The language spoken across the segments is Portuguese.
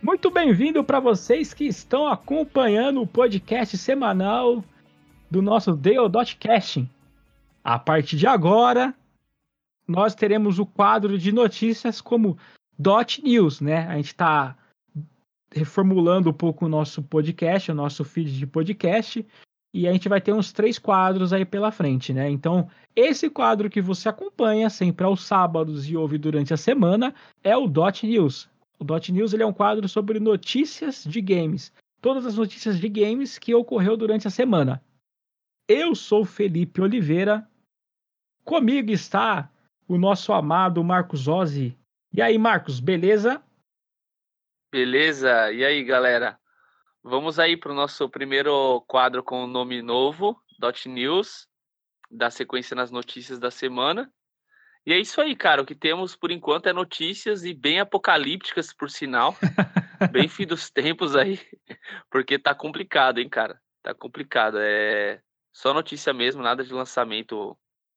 Muito bem-vindo para vocês que estão acompanhando o podcast semanal do nosso Deodotcast. A partir de agora, nós teremos o quadro de notícias como Dot News, né? A gente está reformulando um pouco o nosso podcast, o nosso feed de podcast, e a gente vai ter uns 3 quadros aí pela frente, né? Então, esse quadro que você acompanha sempre aos sábados e ouve durante a semana é o Dot News. O Dot News ele é um quadro sobre notícias de games. Todas as notícias de games que ocorreu durante a semana. Eu sou Felipe Oliveira. Comigo está o nosso amado Marcos Ozzi. E aí, Marcos, beleza? Beleza? E aí, galera? Vamos aí para o nosso primeiro quadro com o nome novo, Dot News, da sequência nas notícias da semana. E é isso aí, cara. O que temos por enquanto é notícias e bem apocalípticas, por sinal. Bem fim dos tempos aí, porque tá complicado, hein, cara? Tá complicado. É só notícia mesmo, nada de lançamento.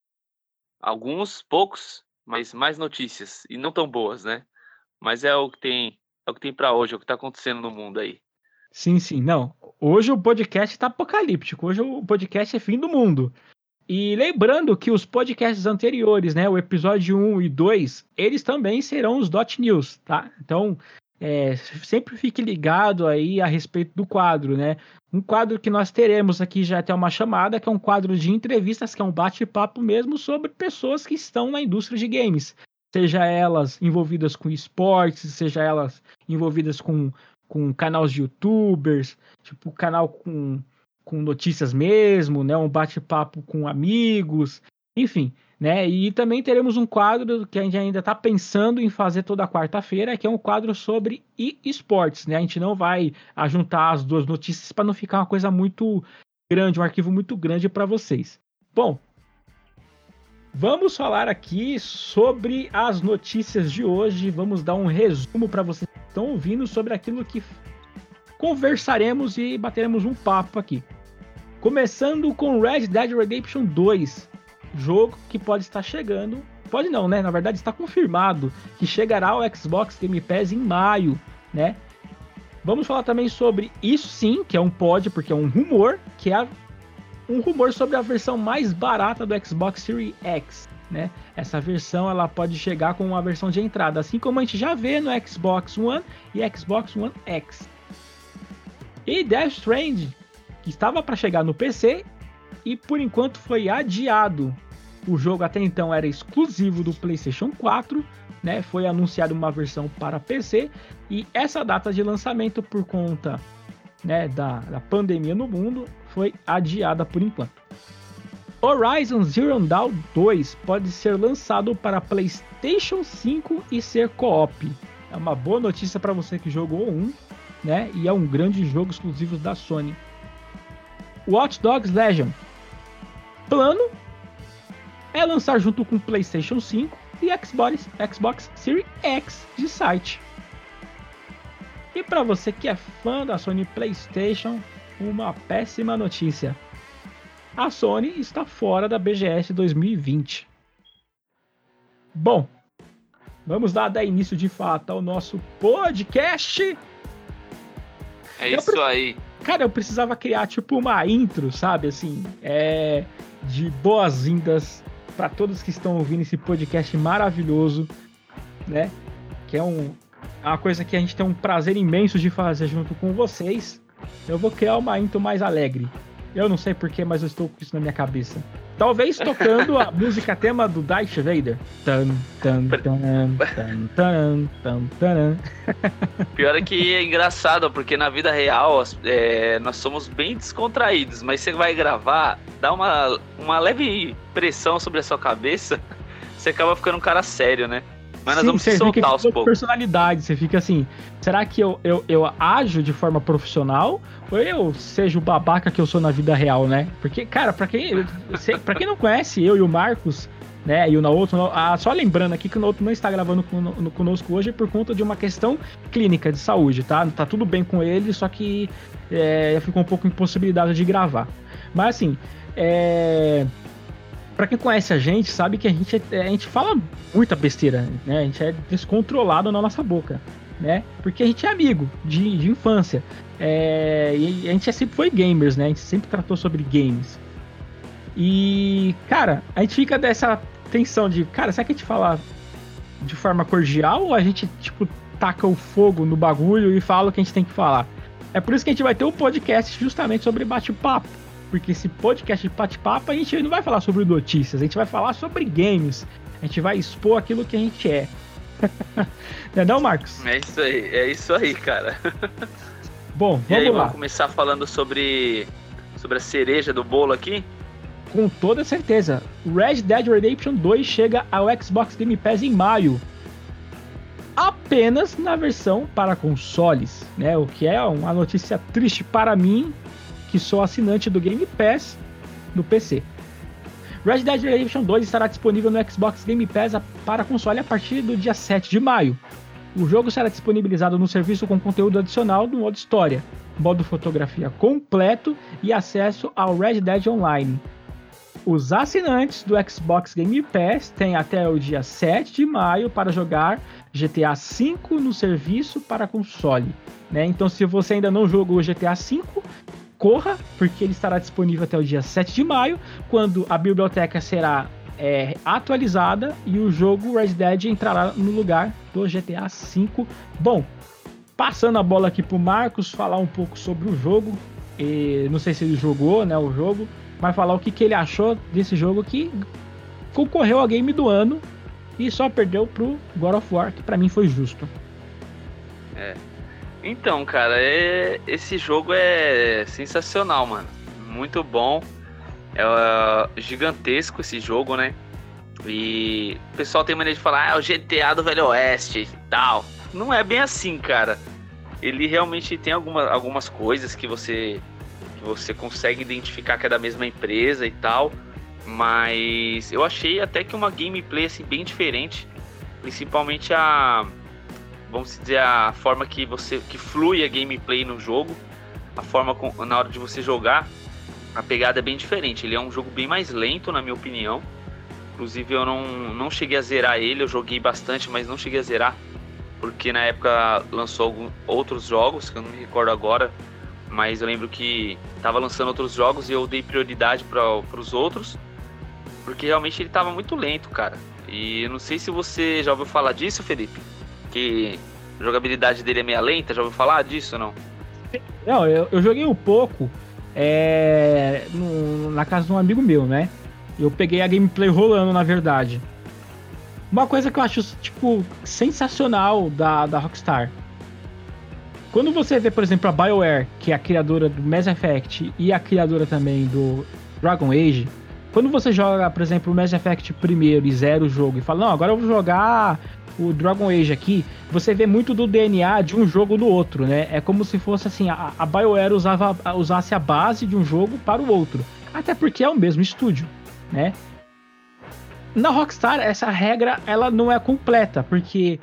Alguns, poucos, mas mais notícias. E não tão boas, né? Mas é o que tem para hoje, é o que tá acontecendo no mundo aí. Sim. Não, hoje o podcast tá apocalíptico. Hoje o podcast é fim do mundo. E lembrando que os podcasts anteriores, né, o episódio 1 e 2, eles também serão os Dot News, tá? Então, sempre fique ligado aí a respeito do quadro, né? Um quadro que nós teremos aqui já até uma chamada, que é um quadro de entrevistas, que é um bate-papo mesmo sobre pessoas que estão na indústria de games. Seja elas envolvidas com esportes, seja elas envolvidas com canais de youtubers, tipo canal com notícias mesmo, né? Um bate-papo com amigos, enfim, né? E também teremos um quadro que a gente ainda está pensando em fazer toda quarta-feira, que é um quadro sobre esportes, né? A gente não vai juntar as duas notícias para não ficar uma coisa muito grande, um arquivo muito grande para vocês. Bom, vamos falar aqui sobre as notícias de hoje. Vamos dar um resumo para vocês que estão ouvindo sobre aquilo que conversaremos e bateremos um papo aqui. Começando com Red Dead Redemption 2, jogo que pode estar chegando, pode não, né? Na verdade está confirmado que chegará ao Xbox Game Pass em maio, né? Vamos falar também sobre isso sim, que é um pode, porque é um rumor, que é um rumor sobre a versão mais barata do Xbox Series X, né? Essa versão ela pode chegar com uma versão de entrada, assim como a gente já vê no Xbox One e Xbox One X. E Death Stranding, que estava para chegar no PC e por enquanto foi adiado. O jogo até então era exclusivo do PlayStation 4, né? Foi anunciada uma versão para PC e essa data de lançamento por conta, né, da pandemia no mundo foi adiada por enquanto. Horizon Zero Dawn 2 pode ser lançado para PlayStation 5 e ser co-op. É uma boa notícia para você que jogou um, né? E é um grande jogo exclusivo da Sony. Watch Dogs Legion. Plano é lançar junto com PlayStation 5 e Xbox Series X de site. E para você que é fã da Sony PlayStation, uma péssima notícia. A Sony está fora da BGS 2020. Bom, vamos dar início de fato ao nosso podcast. É isso aí. Cara, eu precisava criar tipo uma intro, sabe? Assim, de boas-vindas para todos que estão ouvindo esse podcast maravilhoso, né? Que é uma coisa que a gente tem um prazer imenso de fazer junto com vocês. Eu vou criar uma intro mais alegre. Eu não sei porquê, mas eu estou com isso na minha cabeça. Talvez tocando a música tema do Darth Vader. Pior é que é engraçado, porque na vida real nós somos bem descontraídos, mas você vai gravar, dá uma leve pressão sobre a sua cabeça, você acaba ficando um cara sério, né? Mas nós vamos se soltar aos poucos. Personalidade, você fica assim, será que eu ajo de forma profissional ou eu seja o babaca que eu sou na vida real, né? Porque, cara, pra quem não conhece eu e o Marcos, né, e o Naoto, só lembrando aqui que o Naoto não está gravando conosco hoje por conta de uma questão clínica de saúde, tá? Tá tudo bem com ele, só que ficou um pouco impossibilidade de gravar. Mas assim, pra quem conhece a gente, sabe que a gente fala muita besteira, né? A gente é descontrolado na nossa boca. né? Porque a gente é amigo de infância. E a gente sempre foi gamers, né? A gente sempre tratou sobre games. E, cara, a gente fica dessa tensão de, cara, será que a gente fala de forma cordial ou a gente, tipo, taca o fogo no bagulho e fala o que a gente tem que falar? É por isso que a gente vai ter um podcast justamente sobre bate-papo. Porque esse podcast de bate-papo a gente não vai falar sobre notícias, a gente vai falar sobre games. A gente vai expor aquilo que a gente é. Não, Marcos? É isso aí, cara. Bom, vamos lá. Vamos começar falando sobre a cereja do bolo aqui? Com toda certeza. Red Dead Redemption 2 chega ao Xbox Game Pass em maio. Apenas na versão para consoles, né? O que é uma notícia triste para mim, que sou assinante do Game Pass no PC. Red Dead Redemption 2 estará disponível no Xbox Game Pass para console a partir do dia 7 de maio. O jogo será disponibilizado no serviço com conteúdo adicional do modo história, modo fotografia completo e acesso ao Red Dead Online. Os assinantes do Xbox Game Pass têm até o dia 7 de maio para jogar GTA V no serviço para console, né? Então, se você ainda não jogou o GTA V, corra, porque ele estará disponível até o dia 7 de maio, quando a biblioteca será atualizada e o jogo Red Dead entrará no lugar do GTA V. Bom, passando a bola aqui pro Marcos, falar um pouco sobre o jogo. Não sei se ele jogou, né, o jogo, mas falar o que ele achou desse jogo que concorreu ao Game do Ano e só perdeu pro God of War, que pra mim foi justo. Então, cara, esse jogo é sensacional, mano. Muito bom. É gigantesco esse jogo, né? E o pessoal tem maneira de falar, é o GTA do Velho Oeste e tal. Não é bem assim, cara. Ele realmente tem algumas coisas que você consegue identificar que é da mesma empresa e tal. Mas eu achei até que uma gameplay assim, bem diferente. Principalmente vamos dizer, a forma que flui a gameplay no jogo. A forma na hora de você jogar. A pegada é bem diferente. Ele é um jogo bem mais lento, na minha opinião. Inclusive eu não cheguei a zerar ele. Eu joguei bastante, mas não cheguei a zerar. Porque na época lançou outros jogos, que eu não me recordo agora. Mas eu lembro que tava lançando outros jogos e eu dei prioridade para os outros. Porque realmente ele tava muito lento, cara. E eu não sei se você já ouviu falar disso, Felipe. Que a jogabilidade dele é meio lenta. Já ouviu falar disso ou não? Não, eu joguei um pouco na casa de um amigo meu, né? Eu peguei a gameplay rolando, na verdade. Uma coisa que eu acho, tipo, sensacional da Rockstar. Quando você vê, por exemplo, a BioWare, que é a criadora do Mass Effect e a criadora também do Dragon Age, quando você joga, por exemplo, o Mass Effect primeiro e zera o jogo e fala, não, agora eu vou jogar o Dragon Age aqui, você vê muito do DNA de um jogo no outro, né? É como se fosse assim, a BioWare usasse a base de um jogo para o outro. Até porque é o mesmo estúdio, né? Na Rockstar, essa regra, ela não é completa, porque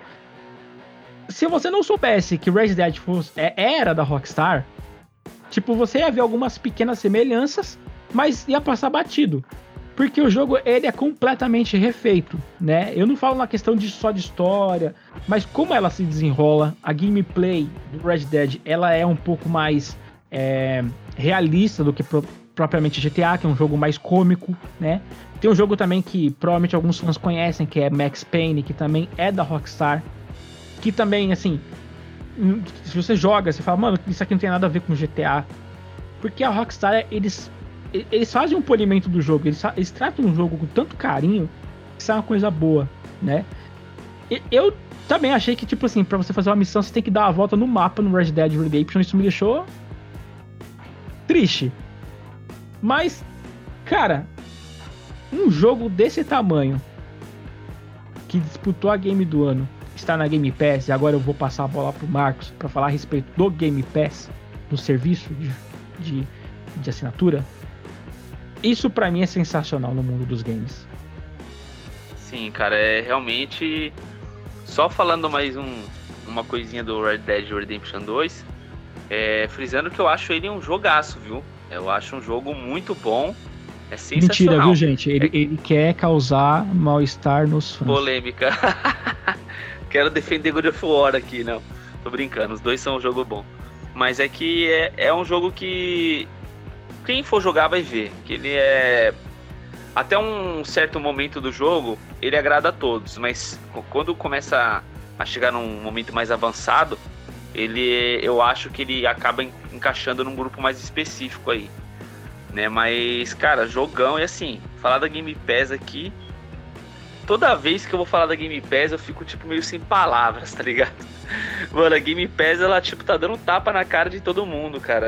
se você não soubesse que Red Dead era da Rockstar, tipo, você ia ver algumas pequenas semelhanças, mas ia passar batido. Porque o jogo, ele é completamente refeito, né? Eu não falo na questão só de história, mas como ela se desenrola, a gameplay do Red Dead, ela é um pouco mais realista do que propriamente GTA, que é um jogo mais cômico, né? Tem um jogo também que provavelmente alguns fãs conhecem, que é Max Payne, que também é da Rockstar. Que também, assim, se você joga, você fala, mano, isso aqui não tem nada a ver com GTA. Porque a Rockstar, eles fazem um polimento do jogo, eles tratam o jogo com tanto carinho, que isso é uma coisa boa, né? Eu também achei que, tipo assim, pra você fazer uma missão, você tem que dar a volta no mapa no Red Dead Redemption, isso me deixou triste. Mas, cara, um jogo desse tamanho, que disputou a Game do Ano, está na Game Pass, e agora eu vou passar a bola pro Marcos para falar a respeito do Game Pass, do serviço de assinatura. Isso pra mim é sensacional no mundo dos games. Sim, cara, é realmente... Só falando mais uma coisinha do Red Dead Redemption 2, frisando que eu acho ele um jogaço, viu? Eu acho um jogo muito bom, é sensacional. Mentira, viu, gente? Ele quer causar mal-estar nos fãs. Polêmica. Quero defender God of War aqui, não. Tô brincando, os dois são um jogo bom. Mas é que é um jogo que quem for jogar vai ver. Que ele é... Até um certo momento do jogo, ele agrada a todos. Mas quando começa a chegar num momento mais avançado, eu acho que ele acaba encaixando num grupo mais específico aí. Né? Mas, cara, jogão. E assim, falar da Game Pass aqui... Toda vez que eu vou falar da Game Pass, eu fico, tipo, meio sem palavras, tá ligado? Mano, a Game Pass, ela, tipo, tá dando tapa na cara de todo mundo, cara.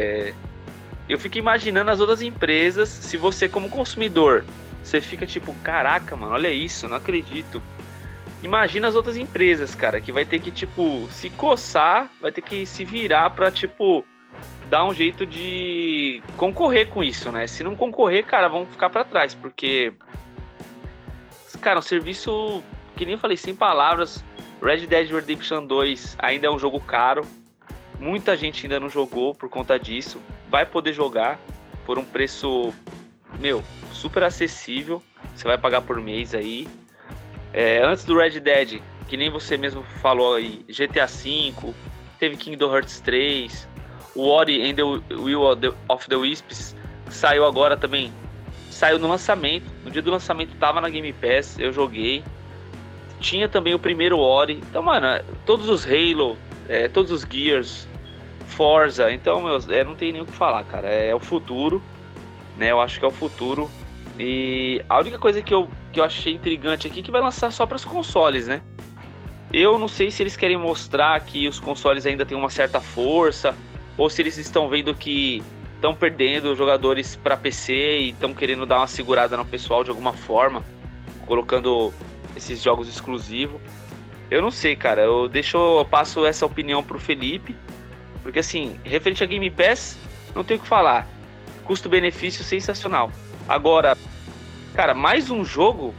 Eu fico imaginando as outras empresas, se você, como consumidor, você fica, tipo, caraca, mano, olha isso, não acredito. Imagina as outras empresas, cara, que vai ter que, tipo, se coçar, vai ter que se virar pra, tipo, dar um jeito de concorrer com isso, né? Se não concorrer, cara, vão ficar pra trás, porque... Cara, um serviço, que nem eu falei, sem palavras. Red Dead Redemption 2 ainda é um jogo caro. Muita gente ainda não jogou por conta disso. Vai poder jogar por um preço, super acessível. Você vai pagar por mês aí. Antes do Red Dead, que nem você mesmo falou aí, GTA V, teve Kingdom Hearts 3, o Ori and the Will of the Wisps, saiu agora também. Saiu no lançamento, no dia do lançamento tava na Game Pass, eu joguei. Tinha também o primeiro Ori. Então, mano, todos os Halo, todos os Gears, Forza. Então, não tem nem o que falar, cara. É o futuro, né? Eu acho que é o futuro. E a única coisa que eu achei intrigante aqui é que vai lançar só para os consoles, né? Eu não sei se eles querem mostrar que os consoles ainda têm uma certa força, ou se eles estão vendo que estão perdendo jogadores para PC e estão querendo dar uma segurada no pessoal de alguma forma, colocando esses jogos exclusivos. Eu não sei, cara. Eu passo essa opinião pro Felipe, porque assim, referente a Game Pass, não tem o que falar. Custo-benefício sensacional. Agora, cara, mais um jogo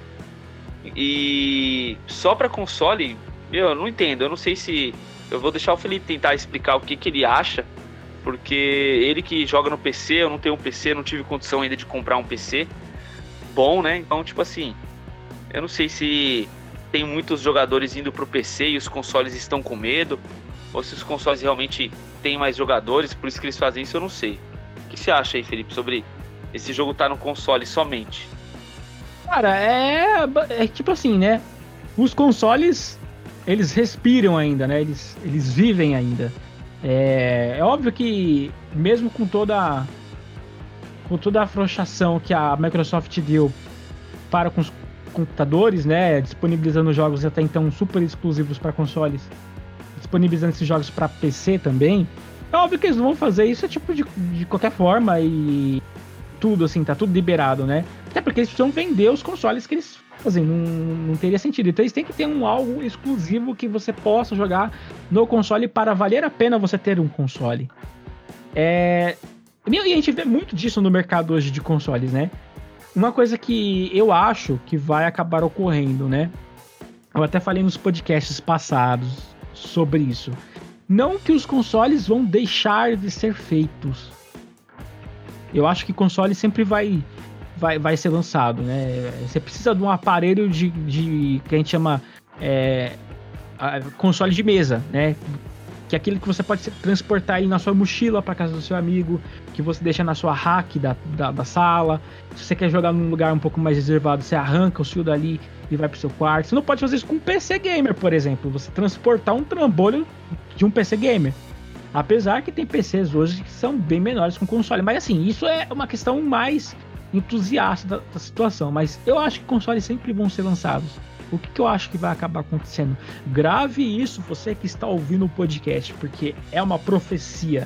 e só para console, eu não entendo. Eu não sei se... Eu vou deixar o Felipe tentar explicar o que ele acha, porque ele que joga no PC, eu não tenho um PC, não tive condição ainda de comprar um PC bom, né? Então, tipo assim, eu não sei se tem muitos jogadores indo pro PC e os consoles estão com medo, ou se os consoles realmente têm mais jogadores, por isso que eles fazem isso, eu não sei. O que você acha aí, Felipe, sobre esse jogo estar no console somente? Cara, é tipo assim, né? Os consoles, eles respiram ainda, né? Eles vivem ainda. É óbvio que mesmo com toda a afrouxação que a Microsoft deu para com os computadores, né, disponibilizando jogos até então super exclusivos para consoles, disponibilizando esses jogos para PC também, é óbvio que eles não vão fazer isso tipo de qualquer forma e tudo assim, tá tudo liberado, né? Até porque eles precisam vender os consoles que eles fazem, não teria sentido. Então eles têm que ter algo exclusivo que você possa jogar no console para valer a pena você ter um console. E a gente vê muito disso no mercado hoje de consoles, né? Uma coisa que eu acho que vai acabar ocorrendo, né? Eu até falei nos podcasts passados sobre isso. Não que os consoles vão deixar de ser feitos. Eu acho que console sempre vai ser lançado, né? Você precisa de um aparelho que a gente chama console de mesa, né? Que é aquele que você pode transportar ele na sua mochila para casa do seu amigo, que você deixa na sua rack da sala. Se você quer jogar num lugar um pouco mais reservado, você arranca o fio dali e vai pro seu quarto. Você não pode fazer isso com um PC gamer, por exemplo. Você transportar um trambolho de um PC gamer. Apesar que tem PCs hoje que são bem menores com console. Mas assim, isso é uma questão mais entusiasta da situação. Mas eu acho que consoles sempre vão ser lançados. O que eu acho que vai acabar acontecendo? Grave isso, você que está ouvindo o podcast, porque é uma profecia.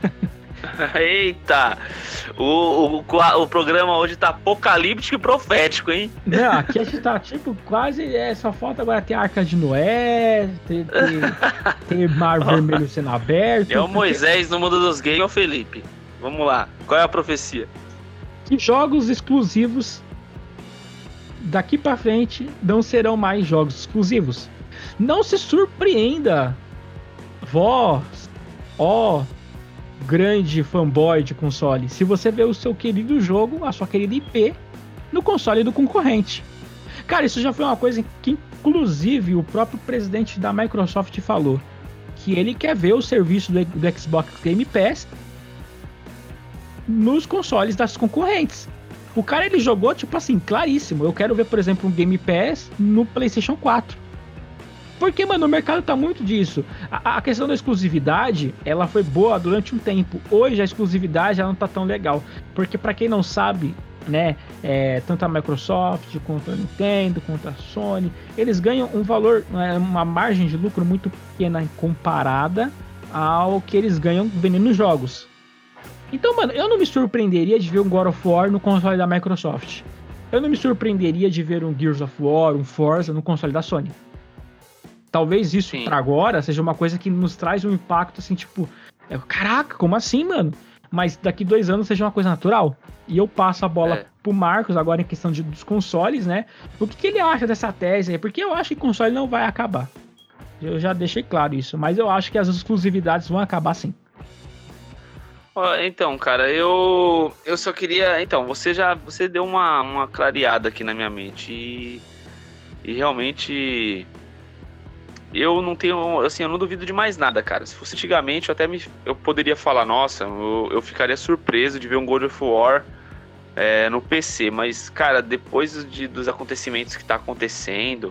Eita! O programa hoje tá apocalíptico e profético, hein? Não, aqui a gente tá tipo quase. Só falta agora ter a Arca de Noé, ter Mar Vermelho sendo aberto. É o Moisés no mundo dos games, é o Felipe. Vamos lá, qual é a profecia? Que jogos exclusivos daqui pra frente não serão mais jogos exclusivos. Não se surpreenda, grande fanboy de console, se você vê o seu querido jogo, a sua querida IP, no console do concorrente. Cara, isso já foi uma coisa que inclusive o próprio presidente da Microsoft falou. que ele quer ver o serviço do Xbox Game Pass nos consoles das concorrentes. O cara, ele jogou, tipo assim, claríssimo. Eu quero ver, por exemplo, um Game Pass no PlayStation 4. Porque, mano, o mercado tá muito disso. A questão da exclusividade, ela foi boa durante um tempo. Hoje a exclusividade, ela não tá tão legal. Porque, pra quem não sabe, né, tanto a Microsoft, quanto a Nintendo, quanto a Sony, eles ganham um valor, uma margem de lucro muito pequena comparada ao que eles ganham vendendo jogos. Então, mano, eu não me surpreenderia de ver um God of War no console da Microsoft. Eu não me surpreenderia de ver um Gears of War, um Forza no console da Sony. Talvez isso pra agora seja uma coisa que nos traz um impacto assim, tipo, caraca, como assim, mano? Mas daqui 2 anos seja uma coisa natural. E eu passo a bola pro Marcos agora em questão dos consoles, né? O que ele acha dessa tese aí? Porque eu acho que console não vai acabar. Eu já deixei claro isso, mas eu acho que as exclusividades vão acabar sim. Então, cara, eu só queria... Então, você deu uma clareada aqui na minha mente e realmente eu não tenho, assim, eu não duvido de mais nada, cara. Se fosse antigamente, eu poderia falar, nossa, eu ficaria surpreso de ver um God of War no PC, mas, cara, depois dos acontecimentos que tá acontecendo,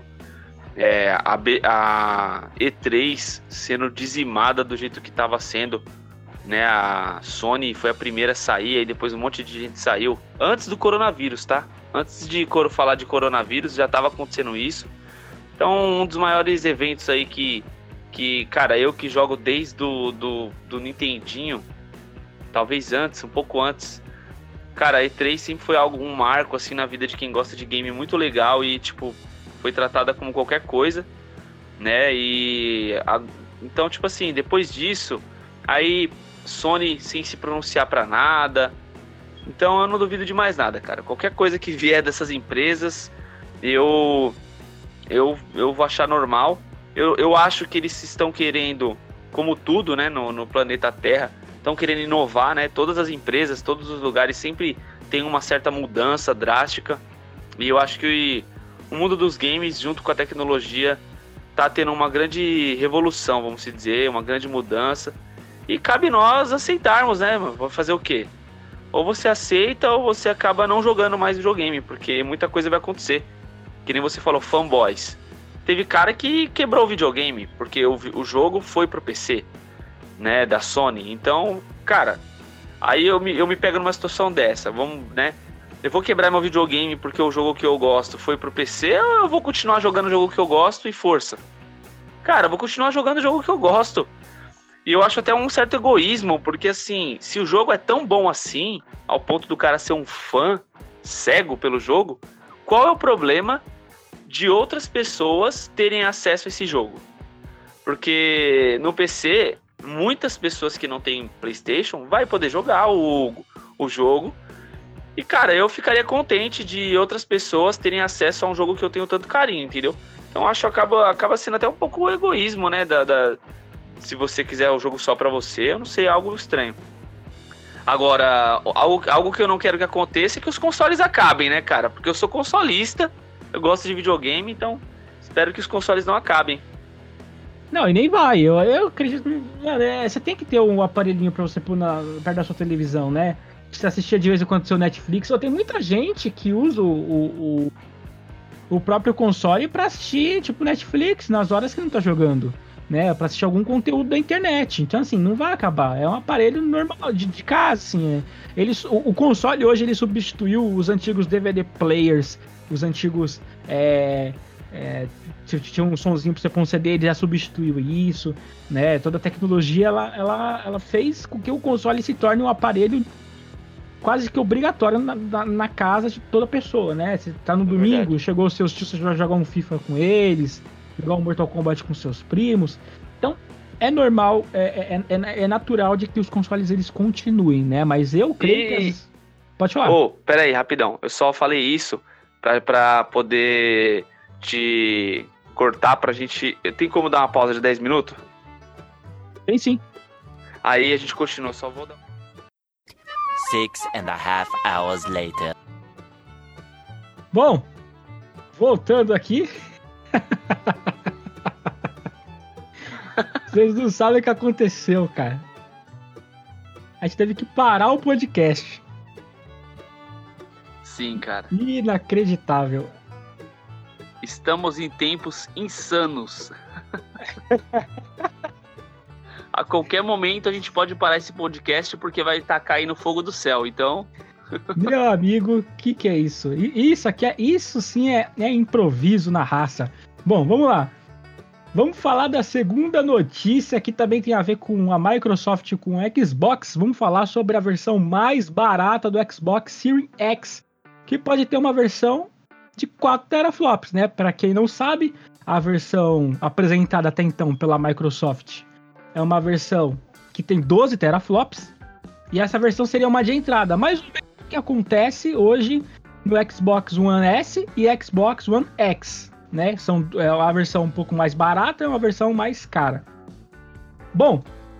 a E3 sendo dizimada do jeito que tava sendo, né, a Sony foi a primeira a sair, aí depois um monte de gente saiu, antes do coronavírus, tá? Antes de falar de coronavírus, já tava acontecendo isso. Então, um dos maiores eventos aí que cara, eu que jogo desde do Nintendinho, talvez antes, um pouco antes, cara, a E3 sempre foi um marco, assim, na vida de quem gosta de game muito legal e, tipo, foi tratada como qualquer coisa, né, então, tipo assim, depois disso, aí Sony sem se pronunciar pra nada. Então eu não duvido de mais nada, cara. Qualquer coisa que vier dessas empresas, eu vou achar normal. Eu acho que eles estão querendo, como tudo, né, no planeta Terra, estão querendo inovar, né? Todas as empresas, todos os lugares sempre tem uma certa mudança drástica. E eu acho que o mundo dos games, junto com a tecnologia, tá tendo uma grande revolução, vamos dizer, uma grande mudança. E cabe nós aceitarmos, né, mano? Vou fazer o quê? Ou você aceita ou você acaba não jogando mais videogame, porque muita coisa vai acontecer. Que nem você falou, fanboys. Teve cara que quebrou o videogame, porque o jogo foi pro PC, né, da Sony. Então, cara, aí eu me pego numa situação dessa, vamos, né? Eu vou quebrar meu videogame porque o jogo que eu gosto foi pro PC, ou eu vou continuar jogando o jogo que eu gosto e força? Cara, eu vou continuar jogando o jogo que eu gosto. E eu acho até um certo egoísmo, porque assim, se o jogo é tão bom assim, ao ponto do cara ser um fã cego pelo jogo, qual é o problema de outras pessoas terem acesso a esse jogo? Porque no PC, muitas pessoas que não têm PlayStation vai poder jogar o jogo. E, cara, eu ficaria contente de outras pessoas terem acesso a um jogo que eu tenho tanto carinho, entendeu? Então, acho que acaba sendo até um pouco o egoísmo, né, se você quiser o jogo só pra você, eu não sei, algo estranho. Agora, algo que eu não quero que aconteça é que os consoles acabem, né, cara? Porque eu sou consolista, eu gosto de videogame, então espero que os consoles não acabem. Não, e nem vai. Eu acredito que você tem que ter um aparelhinho pra você pôr perto da sua televisão, né? Você assistir de vez em quando o seu Netflix, ou tem muita gente que usa o próprio console pra assistir, tipo, Netflix, nas horas que não tá jogando, né? Pra assistir algum conteúdo da internet. Então, assim, não vai acabar. É um aparelho normal, de casa, assim. O console hoje, ele substituiu os antigos DVD players, os antigos... tinha um sonzinho pra você pôr um CD, ele já substituiu isso, né? Toda a tecnologia, ela fez com que o console se torne um aparelho quase que obrigatório na casa de toda pessoa, né? Você tá no domingo, chegou os seus tios, você vai jogar um FIFA com eles, jogar um Mortal Kombat com seus primos. Então, é normal, é natural de que os consoles eles continuem, né? Mas eu creio que... Pode falar. Pera aí, rapidão. Eu só falei isso pra poder te cortar pra gente... Tem como dar uma pausa de 10 minutos? Tem sim. Aí a gente continua, só vou dar... 6.5 hours later. Bom, voltando aqui. Vocês não sabem o que aconteceu, cara. A gente teve que parar o podcast. Sim, cara. Inacreditável. Estamos em tempos insanos. A qualquer momento a gente pode parar esse podcast porque vai estar caindo fogo do céu, então... Meu amigo, o que é isso? Isso sim é improviso na raça. Bom, vamos lá. Vamos falar da segunda notícia, que também tem a ver com a Microsoft e com o Xbox. Vamos falar sobre a versão mais barata do Xbox Series X, que pode ter uma versão de 4 teraflops, né? Para quem não sabe, a versão apresentada até então pela Microsoft é uma versão que tem 12 teraflops, e essa versão seria uma de entrada. Mas o que acontece hoje no Xbox One S e Xbox One X, né? É uma versão um pouco mais barata e uma versão mais cara. Bom,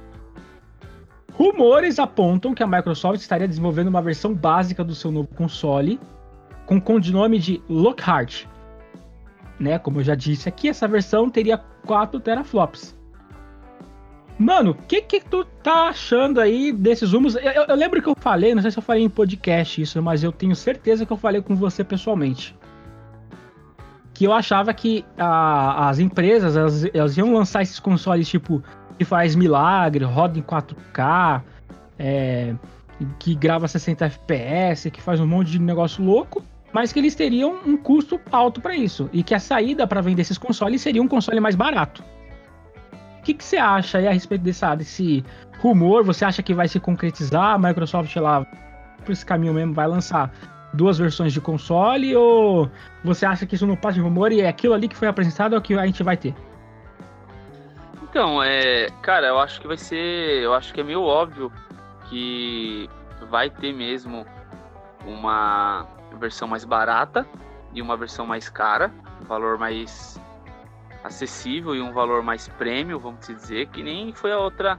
rumores apontam que a Microsoft estaria desenvolvendo uma versão básica do seu novo console com o codinome de Lockhart, né? Como eu já disse aqui, essa versão teria 4 teraflops. Mano, o que tu tá achando aí desses rumos? Eu lembro que eu falei, não sei se eu falei em podcast isso, mas eu tenho certeza que eu falei com você pessoalmente. Que eu achava que as empresas, elas iam lançar esses consoles tipo, que faz milagre, roda em 4K, que grava 60 FPS, que faz um monte de negócio louco, mas que eles teriam um custo alto para isso, e que a saída para vender esses consoles seria um console mais barato. O que você acha aí a respeito desse rumor? Você acha que vai se concretizar? A Microsoft lá, por esse caminho mesmo, vai lançar 2 versões de console? Ou você acha que isso não passa de rumor e é aquilo ali que foi apresentado ou que a gente vai ter? Então, cara, eu acho que vai ser... Eu acho que é meio óbvio que vai ter mesmo uma versão mais barata e uma versão mais cara, um valor mais acessível e um valor mais premium, vamos dizer, que nem foi a outra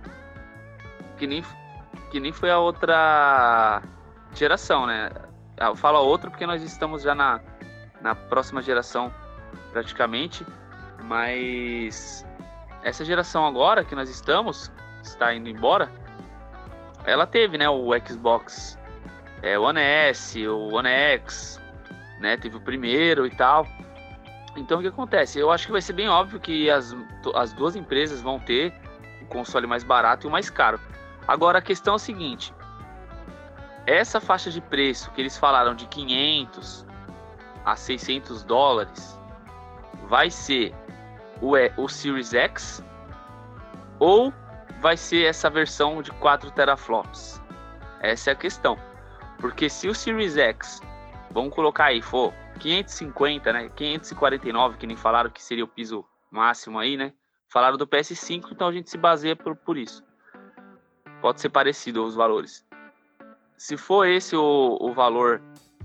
geração, né? Eu falo a outra porque nós estamos já na próxima geração praticamente, mas essa geração agora que nós está indo embora, ela teve, né, o Xbox One S, o One X, né, teve o primeiro e tal. Então o que acontece? Eu acho que vai ser bem óbvio que as 2 empresas vão ter o console mais barato e o mais caro. Agora a questão é a seguinte: essa faixa de preço que eles falaram de 500 a $600 vai ser o Series X ou vai ser essa versão de 4 teraflops? Essa é a questão. Porque se o Series X, vamos colocar aí, for 550, né? 549, que nem falaram que seria o piso máximo aí, né? Falaram do PS5, então a gente se baseia por isso. Pode ser parecido os valores. Se for esse o valor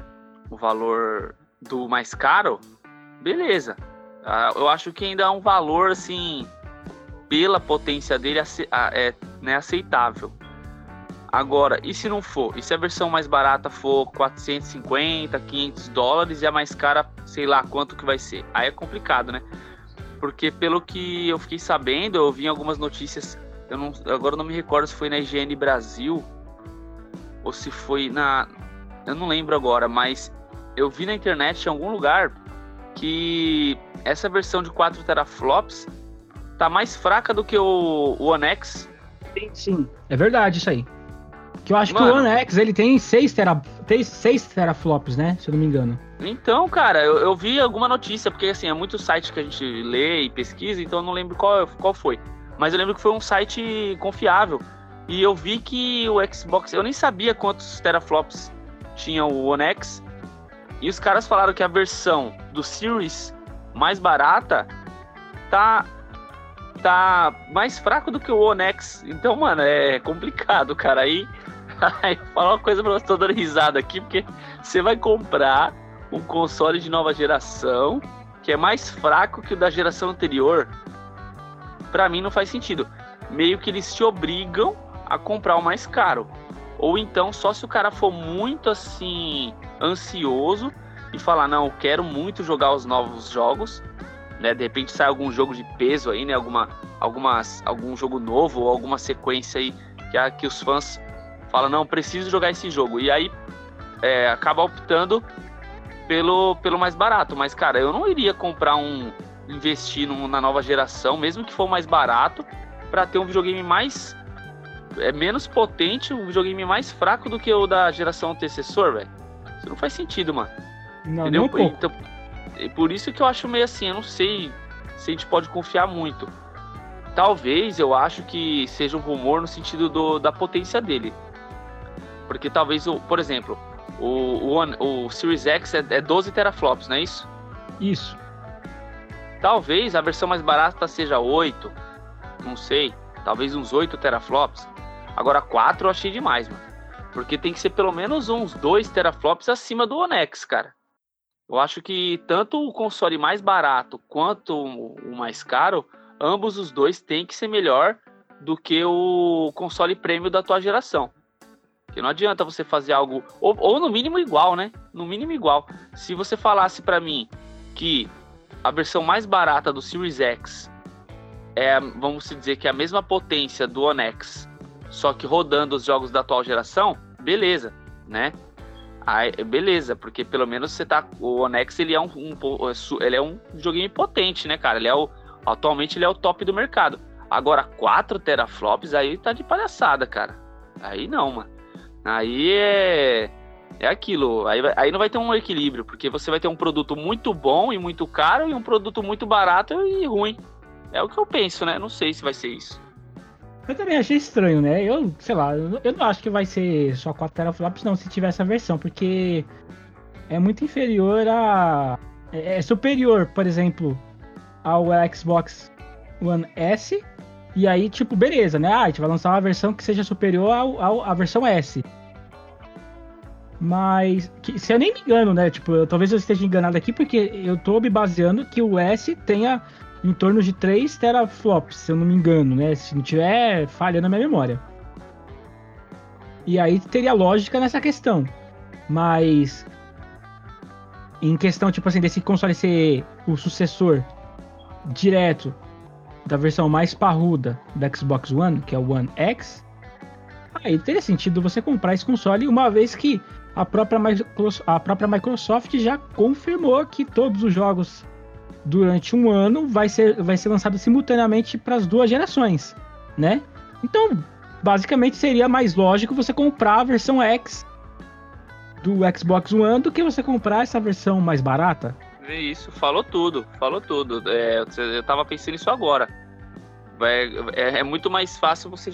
do mais caro, beleza. Eu acho que ainda é um valor, assim, pela potência dele, né, aceitável. Agora, e se não for? E se a versão mais barata for 450, $500 e a mais cara, sei lá quanto que vai ser? Aí é complicado, né? Porque pelo que eu fiquei sabendo, eu vi em algumas notícias, agora eu não me recordo se foi na IGN Brasil ou se foi eu não lembro agora, mas eu vi na internet em algum lugar que essa versão de 4 teraflops tá mais fraca do que o One X. Sim, é verdade isso aí. Que eu acho que o One X, ele tem 6 teraflops, né? Se eu não me engano. Então, cara, eu vi alguma notícia, porque assim, é muito site que a gente lê e pesquisa, então eu não lembro qual foi. Mas eu lembro que foi um site confiável. E eu vi que o Xbox, eu nem sabia quantos teraflops tinha o One X. E os caras falaram que a versão do Series mais barata tá mais fraco do que o One X. Então, mano, é complicado, cara. Aí falar uma coisa pra você, tô dando risada aqui, porque você vai comprar um console de nova geração que é mais fraco que o da geração anterior. Pra mim não faz sentido. Meio que eles te obrigam a comprar o mais caro. Ou então só se o cara for muito assim ansioso e falar, não, eu quero muito jogar os novos jogos, né? De repente sai algum jogo de peso aí, né? algum jogo novo ou alguma sequência aí que os fãs falam, não, preciso jogar esse jogo. E aí acaba optando pelo mais barato. Mas, cara, eu não iria investir na nova geração, mesmo que for mais barato, para ter um videogame menos potente, um videogame mais fraco do que o da geração antecessor, velho. Isso não faz sentido, mano. Não, entendeu? nem um pouco. Então, por isso que eu acho meio assim, eu não sei se a gente pode confiar muito. Talvez eu acho que seja um rumor no sentido da potência dele. Porque talvez, por exemplo, o Series X é 12 teraflops, não é isso? Isso. Talvez a versão mais barata seja 8, não sei, talvez uns 8 teraflops. Agora 4 eu achei demais, mano. Porque tem que ser pelo menos uns 2 teraflops acima do One X, cara. Eu acho que tanto o console mais barato quanto o mais caro, ambos os dois têm que ser melhor do que o console premium da tua geração. Porque não adianta você fazer algo, ou no mínimo igual, né? No mínimo igual. Se você falasse pra mim que a versão mais barata do Series X vamos dizer que é a mesma potência do One X, só que rodando os jogos da atual geração, beleza, né? Aí, beleza, porque pelo menos o One X ele é um videogame potente, né, cara? Atualmente ele é o top do mercado. Agora 4 teraflops aí tá de palhaçada, cara. Aí não, mano. Aí é aquilo. Aí não vai ter um equilíbrio, porque você vai ter um produto muito bom e muito caro e um produto muito barato e ruim. É o que eu penso, né? Não sei se vai ser isso. Eu também achei estranho, né? Eu não acho que vai ser só 4 teraflops, não, se tiver essa versão, porque é muito inferior é superior, por exemplo, ao Xbox One S, e aí, tipo, beleza, né? A gente vai lançar uma versão que seja superior à versão S. Mas, se eu nem me engano, né? Tipo, talvez eu esteja enganado aqui, porque eu tô me baseando que o S tenha em torno de 3 teraflops, se eu não me engano, né? Se não tiver falhando a minha memória. E aí teria lógica nessa questão. Mas em questão, tipo assim, desse console ser o sucessor direto da versão mais parruda da Xbox One, que é o One X, aí teria sentido você comprar esse console, uma vez que a própria Microsoft já confirmou que todos os jogos durante um ano vai ser lançado simultaneamente para as duas gerações, né? Então, basicamente seria mais lógico você comprar a versão X do Xbox One do que você comprar essa versão mais barata. Isso, falou tudo. Eu tava pensando nisso agora. É muito mais fácil você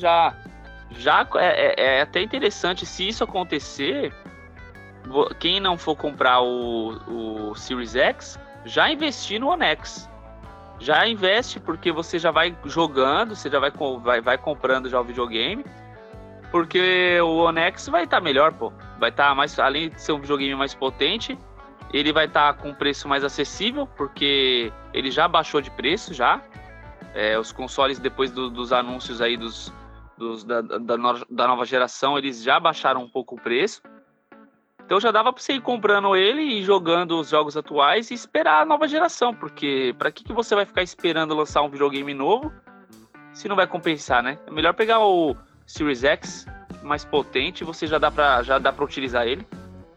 é até interessante se isso acontecer. Quem não for comprar o Series X, já investir no One X. Já investe, porque você já vai jogando, você já vai comprando já o videogame, porque o One X vai estar melhor, pô. Vai estar mais, além de ser um videogame mais potente, ele vai estar com preço mais acessível, porque ele já baixou de preço, já. Os consoles, depois dos anúncios aí da nova geração, eles já baixaram um pouco o preço. Então já dava pra você ir comprando ele e jogando os jogos atuais e esperar a nova geração, porque pra que você vai ficar esperando lançar um videogame novo se não vai compensar, né? É melhor pegar o Series X mais potente, você já dá pra utilizar ele.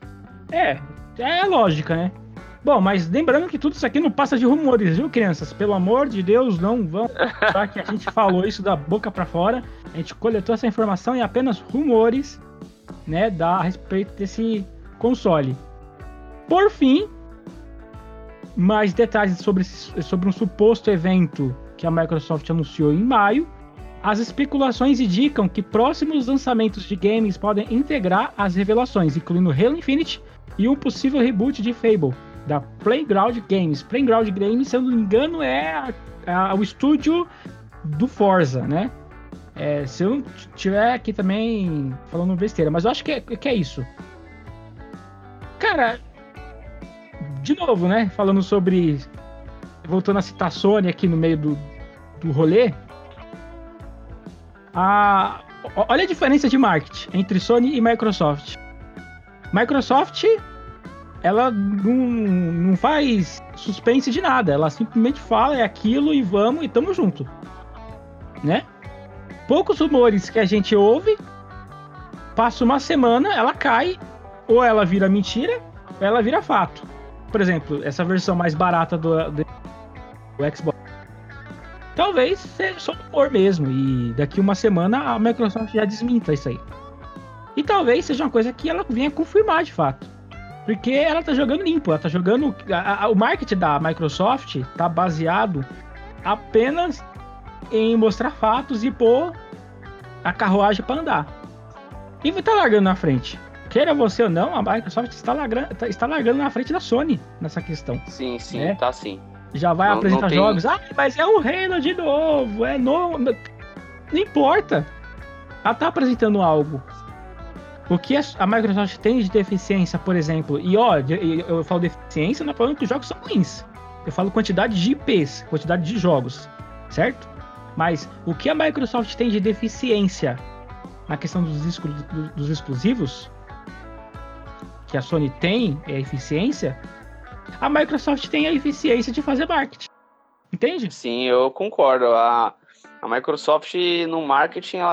É lógica, né? Bom, mas lembrando que tudo isso aqui não passa de rumores, viu, crianças? Pelo amor de Deus, não vão achar que a gente falou isso da boca pra fora. A gente coletou essa informação em apenas rumores, né, a respeito desse console. Por fim, mais detalhes sobre um suposto evento que a Microsoft anunciou em maio. As especulações indicam que próximos lançamentos de games podem integrar as revelações, incluindo Halo Infinite e um possível reboot de Fable, da Playground Games. Playground Games, se eu não me engano, é o estúdio do Forza, né? Se eu não estiver aqui também falando besteira, mas eu acho que é isso. Cara, de novo, né? Falando sobre... Voltando a citar Sony aqui no meio do rolê. Olha a diferença de marketing entre Sony e Microsoft. Microsoft, ela não faz suspense de nada. Ela simplesmente fala, é aquilo e vamos e tamo junto. né? Poucos rumores que a gente ouve, passa uma semana, ela cai, ou ela vira mentira, ou ela vira fato. Por exemplo, essa versão mais barata do Xbox. Talvez seja só rumor mesmo, e daqui uma semana a Microsoft já desminta isso aí. E talvez seja uma coisa que ela venha confirmar de fato. Porque ela tá jogando limpo, ela tá jogando... o marketing da Microsoft tá baseado apenas em mostrar fatos e pôr a carruagem para andar. E tá largando na frente. Queira você ou não, a Microsoft está largando na frente da Sony nessa questão. Sim, né? Tá sim. Já vai apresentar jogos. Ah, mas é o Halo de novo, é novo. Não importa. Ela tá apresentando algo. O que a Microsoft tem de deficiência, por exemplo, e ó, eu falo deficiência, não é falando que os jogos são ruins. Eu falo quantidade de IPs, quantidade de jogos, certo? Mas o que a Microsoft tem de deficiência na questão dos exclusivos, que a Sony tem, é a eficiência, a Microsoft tem a eficiência de fazer marketing. Entende? Sim, eu concordo. A Microsoft no marketing, ela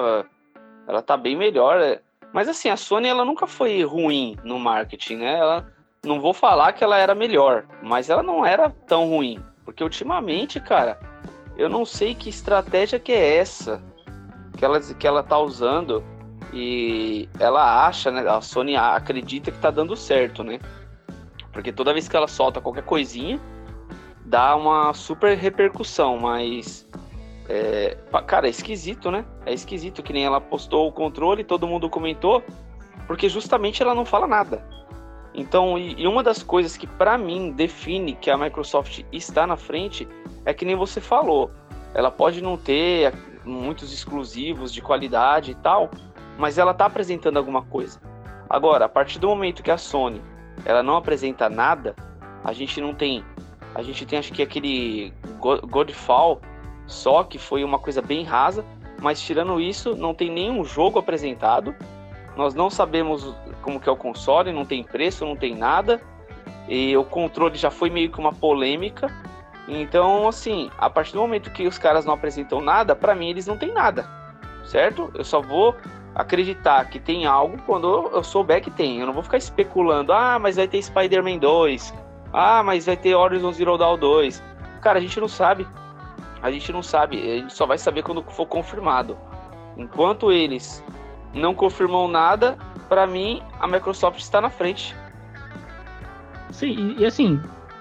tá bem melhor. Mas assim, a Sony ela nunca foi ruim no marketing, né? Não vou falar que ela era melhor, mas ela não era tão ruim. Porque ultimamente, cara, eu não sei que estratégia que é essa que ela tá usando e ela acha, né? A Sony acredita que tá dando certo, né? Porque toda vez que ela solta qualquer coisinha, dá uma super repercussão, mas... cara, é esquisito, né? É esquisito que nem ela postou o controle, todo mundo comentou, porque justamente ela não fala nada. Então, e uma das coisas que pra mim define que a Microsoft está na frente é que nem você falou. Ela pode não ter muitos exclusivos de qualidade e tal, mas ela tá apresentando alguma coisa. Agora, a partir do momento que a Sony ela não apresenta nada, a gente tem acho que aquele Godfall só, que foi uma coisa bem rasa, mas tirando isso, não tem nenhum jogo apresentado, nós não sabemos como que é o console, não tem preço, não tem nada, e o controle já foi meio que uma polêmica. Então, assim, a partir do momento que os caras não apresentam nada, pra mim eles não têm nada, certo? Eu só vou acreditar que tem algo quando eu souber que tem. Eu não vou ficar especulando, mas vai ter Spider-Man 2, mas vai ter Horizon Zero Dawn 2. Cara, a gente não sabe, a gente só vai saber quando for confirmado. Enquanto eles não confirmam nada, pra mim, a Microsoft está na frente. Sim, e assim,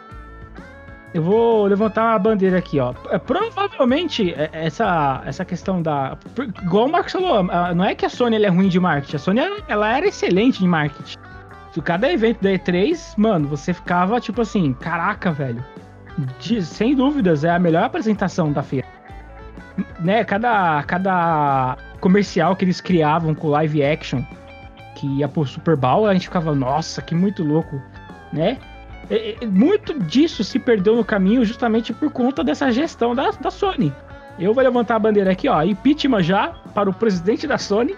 eu vou levantar a bandeira aqui, ó. Provavelmente, essa questão da... Igual o Marcos falou, não é que a Sony ela é ruim de marketing. A Sony ela era excelente de marketing. Cada evento da E3, mano, você ficava tipo assim, caraca, velho. Sem dúvidas, é a melhor apresentação da feira. Né? Cada comercial que eles criavam com live action, que ia pro Super Bowl, a gente ficava, nossa, que muito louco, né? Muito disso se perdeu no caminho justamente por conta dessa gestão da Sony. Eu vou levantar a bandeira aqui, ó, impeachment já para o presidente da Sony.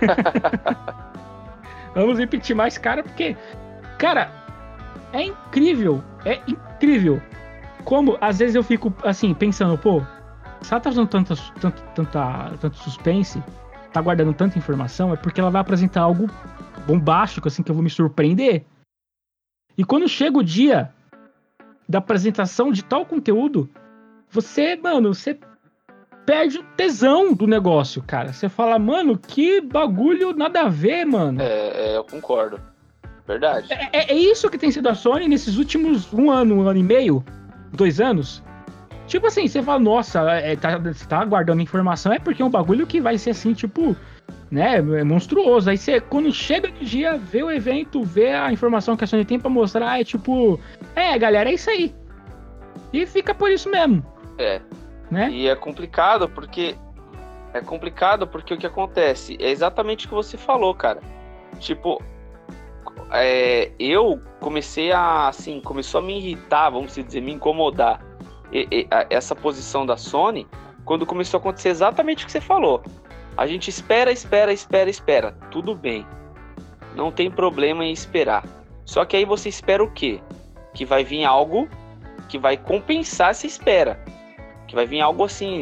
Vamos impeachment esse cara, porque, cara, é incrível como às vezes eu fico assim, pensando, pô, se ela tá fazendo tanto suspense, tá guardando tanta informação, é porque ela vai apresentar algo bombástico, assim, que eu vou me surpreender. E quando chega o dia da apresentação de tal conteúdo, você perde o tesão do negócio, cara. Você fala, mano, que bagulho nada a ver, mano. Eu concordo. Verdade. É isso que tem sido a Sony nesses últimos um ano e meio, 2 anos. Tipo assim, você fala, nossa, você tá guardando informação, é porque é um bagulho que vai ser assim, tipo, né, monstruoso. Aí você, quando chega no dia, vê o evento, vê a informação que a Sony tem pra mostrar, é tipo, galera, é isso aí. E fica por isso mesmo. Né? E é complicado porque o que acontece? É exatamente o que você falou, cara. Tipo, eu comecei começou a me irritar, vamos dizer, me incomodar essa posição da Sony quando começou a acontecer exatamente o que você falou. A gente espera, tudo bem, não tem problema em esperar. Só que aí você espera o quê? Que vai vir algo que vai compensar essa espera, que vai vir algo assim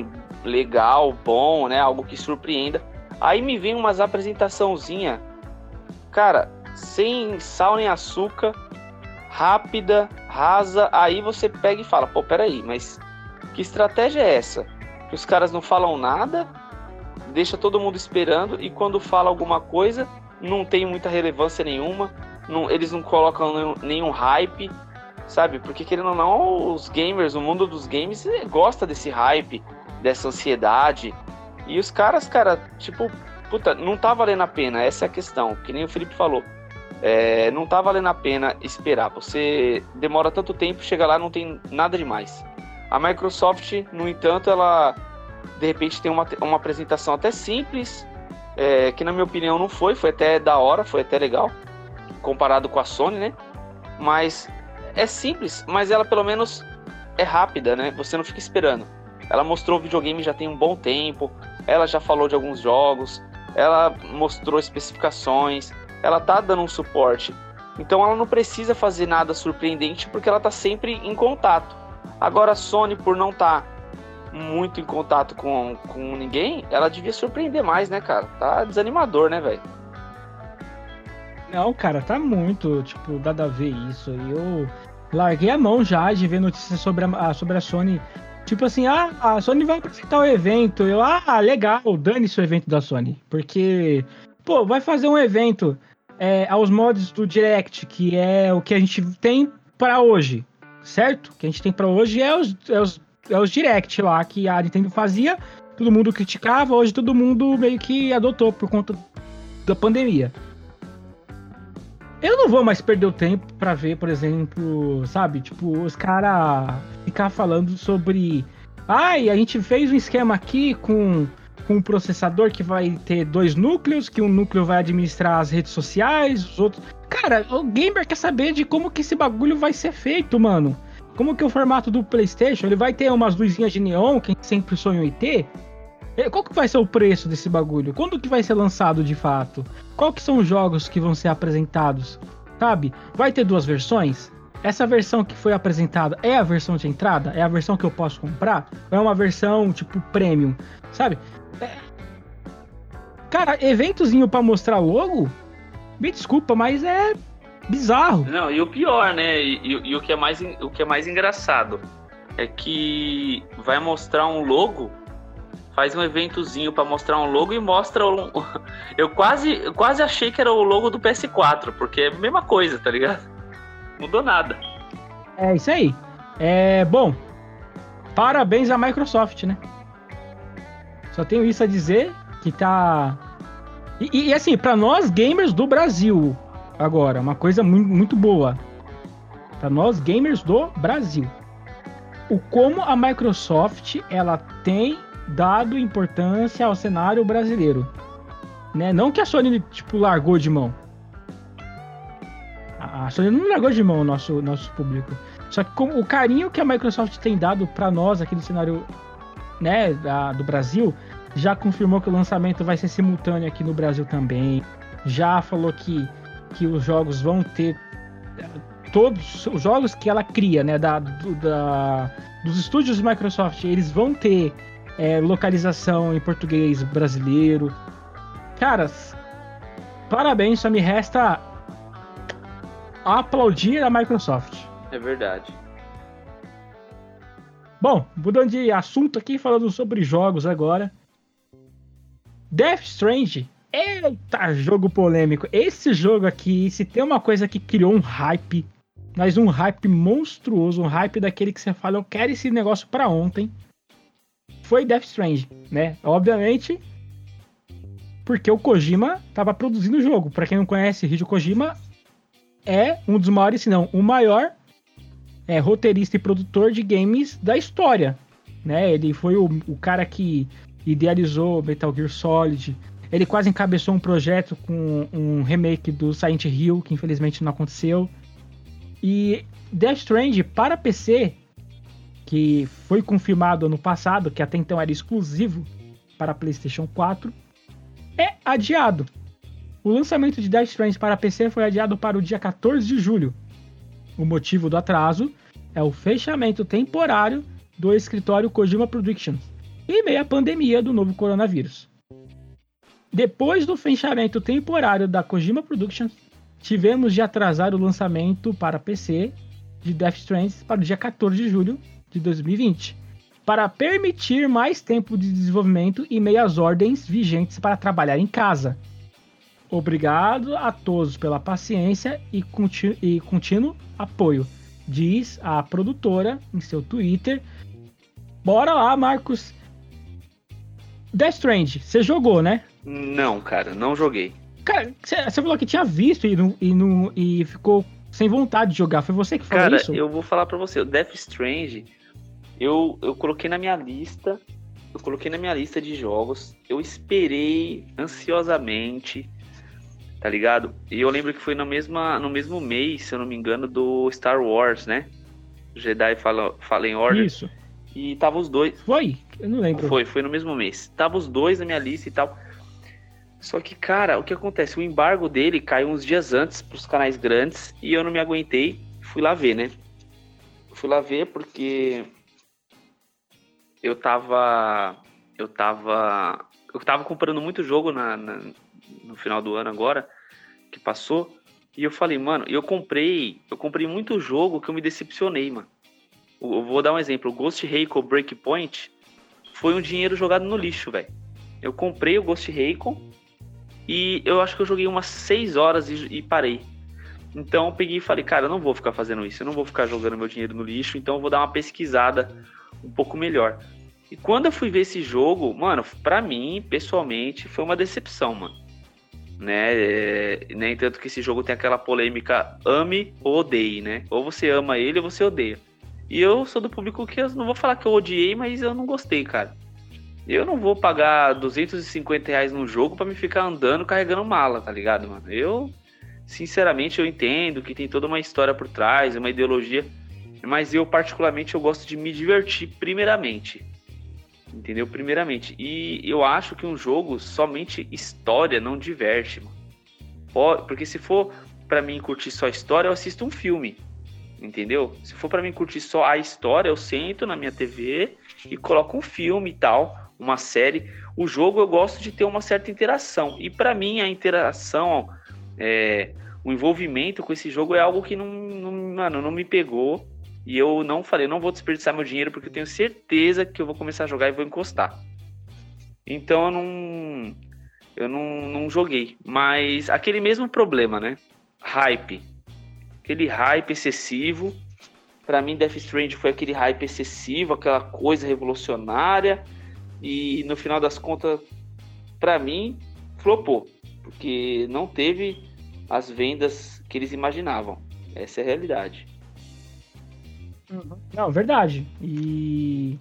legal, bom, né? Algo que surpreenda. Aí me vem umas apresentaçãozinha, cara, sem sal nem açúcar, rápida, rasa. Aí você pega e fala, pô, peraí, mas que estratégia é essa? Que os caras não falam nada, deixa todo mundo esperando, e quando fala alguma coisa, não tem muita relevância nenhuma, eles não colocam nenhum hype, sabe? Porque querendo ou não, os gamers, o mundo dos games gosta desse hype, dessa ansiedade. E os caras, cara, tipo, puta, não tá valendo a pena, essa é a questão, que nem o Felipe falou. Não tá valendo a pena esperar. Você demora tanto tempo, chega lá, não tem nada demais. A Microsoft, no entanto, ela de repente tem uma apresentação até simples, que na minha opinião não foi até da hora, foi até legal, comparado com a Sony, né? Mas é simples, mas ela pelo menos é rápida, né? Você não fica esperando. Ela mostrou o videogame já tem um bom tempo, ela já falou de alguns jogos, ela mostrou especificações, ela tá dando um suporte. Então ela não precisa fazer nada surpreendente porque ela tá sempre em contato. Agora a Sony, por não estar muito em contato com ninguém, ela devia surpreender mais, né, cara? Tá desanimador, né, velho? Não, cara, tá muito, tipo, nada a ver isso. Eu larguei a mão já de ver notícias sobre a Sony. Tipo assim, a Sony vai apresentar o evento. Legal, dane-se o evento da Sony. Porque, pô, vai fazer um evento aos mods do Direct, que é o que a gente tem pra hoje, certo? O que a gente tem pra hoje é os Direct lá, que a Nintendo fazia, todo mundo criticava, hoje todo mundo meio que adotou por conta da pandemia. Eu não vou mais perder o tempo pra ver, por exemplo, sabe, tipo, os caras ficar falando sobre... a gente fez um esquema aqui com um processador que vai ter 2 núcleos, que um núcleo vai administrar as redes sociais, os outros... Cara, o gamer quer saber de como que esse bagulho vai ser feito, mano. Como que é o formato do PlayStation? Ele vai ter umas luzinhas de neon, que sempre sonham em ter? Qual que vai ser o preço desse bagulho? Quando que vai ser lançado de fato? Qual que são os jogos que vão ser apresentados? Sabe? Vai ter 2 versões? Essa versão que foi apresentada é a versão de entrada? É a versão que eu posso comprar? Ou é uma versão tipo premium? Sabe? Cara, eventozinho pra mostrar logo? Me desculpa, mas é bizarro. Não, e o pior, né? E o que é mais engraçado é que vai mostrar um logo, faz um eventozinho pra mostrar um logo e mostra eu quase achei que era o logo do PS4, porque é a mesma coisa, tá ligado? Mudou nada. É isso aí. Bom, parabéns à Microsoft, né? Só tenho isso a dizer, que tá... E assim, pra nós gamers do Brasil, agora, uma coisa muito, muito boa. Pra nós gamers do Brasil. Como a Microsoft, ela tem dado importância ao cenário brasileiro, né? Não que a Sony, tipo, largou de mão. A Sony não largou de mão o nosso público. Só que o carinho que a Microsoft tem dado para nós aqui no cenário, né, do Brasil, já confirmou que o lançamento vai ser simultâneo aqui no Brasil também. Já falou que os jogos vão ter todos os jogos que ela cria, né, dos estúdios Microsoft, eles vão ter localização em português brasileiro. Caras, parabéns, só me resta aplaudir a Microsoft. É verdade. Bom, mudando de assunto aqui, falando sobre jogos agora. Death Stranding. Eita, jogo polêmico. Esse jogo aqui, se tem uma coisa que criou um hype, mas um hype monstruoso, um hype daquele que você fala, eu quero esse negócio pra ontem, foi Death Stranding, né? Obviamente, porque o Kojima tava produzindo o jogo. Pra quem não conhece, Hideo Kojima é um dos maiores, se não o maior roteirista e produtor de games da história, né? Ele foi o cara que idealizou Metal Gear Solid. Ele quase encabeçou um projeto com um remake do Silent Hill, que infelizmente não aconteceu. E Death Stranding para PC, que foi confirmado ano passado, que até então era exclusivo para PlayStation 4, é adiado. O lançamento de Death Stranding para PC foi adiado para o dia 14 de julho. O motivo do atraso é o fechamento temporário do escritório Kojima Productions, em meio à pandemia do novo coronavírus. Depois do fechamento temporário da Kojima Productions, tivemos de atrasar o lançamento para PC de Death Stranding para o dia 14 de julho de 2020, para permitir mais tempo de desenvolvimento e meio às ordens vigentes para trabalhar em casa. Obrigado a todos pela paciência e contínuo apoio, diz a produtora em seu Twitter. Bora lá, Marcos. Death Stranding, você jogou, né? Não, cara, não joguei. Cara, você falou que tinha visto e ficou sem vontade de jogar. Foi você que falou isso? Cara, eu vou falar pra você. O Death Stranding, eu coloquei na minha lista. Eu coloquei na minha lista de jogos. Eu esperei ansiosamente, tá ligado? E eu lembro que foi no mesmo mês, se eu não me engano, do Star Wars, né? Jedi Fallen Order. Isso. E tava os dois. Foi? Eu não lembro. Foi no mesmo mês. Tava os dois na minha lista e tal. Só que, cara, o que acontece? O embargo dele caiu uns dias antes pros canais grandes e eu não me aguentei. Fui lá ver, né? Fui lá ver porque eu tava comprando muito jogo no final do ano agora, que passou. E eu falei, mano, eu comprei muito jogo que eu me decepcionei, mano. Eu vou dar um exemplo. O Ghost Recon Breakpoint foi um dinheiro jogado no lixo, velho. Eu comprei o Ghost Recon e eu acho que eu joguei umas 6 horas e parei. Então eu peguei e falei, cara, eu não vou ficar fazendo isso. Eu não vou ficar jogando meu dinheiro no lixo. Então eu vou dar uma pesquisada um pouco melhor. E quando eu fui ver esse jogo, mano, pra mim, pessoalmente, foi uma decepção, mano. Né? Nem tanto que esse jogo tem aquela polêmica ame ou odeie, né? Ou você ama ele ou você odeia. E eu sou do público que eu não vou falar que eu odiei, mas eu não gostei, cara. Eu não vou pagar R$250 num jogo pra me ficar andando carregando mala, tá ligado, mano? Eu, sinceramente, eu entendo que tem toda uma história por trás, uma ideologia, mas eu, particularmente, eu gosto de me divertir primeiramente. Entendeu? Primeiramente. E eu acho que um jogo, somente história, não diverte, mano. Porque se for pra mim curtir só história, eu assisto um filme. Entendeu? Se for pra mim curtir só a história, eu sento na minha TV e coloco um filme e tal, uma série. O jogo eu gosto de ter uma certa interação. E pra mim a interação, o envolvimento com esse jogo é algo que não me pegou. E eu não vou desperdiçar meu dinheiro porque eu tenho certeza que eu vou começar a jogar e vou encostar. Então eu não joguei. Mas aquele mesmo problema, né? Hype. Aquele hype excessivo. Pra mim, Death Stranding foi aquele hype excessivo, aquela coisa revolucionária. E no final das contas, pra mim, flopou. Porque não teve as vendas que eles imaginavam. Essa é a realidade. Não, verdade. E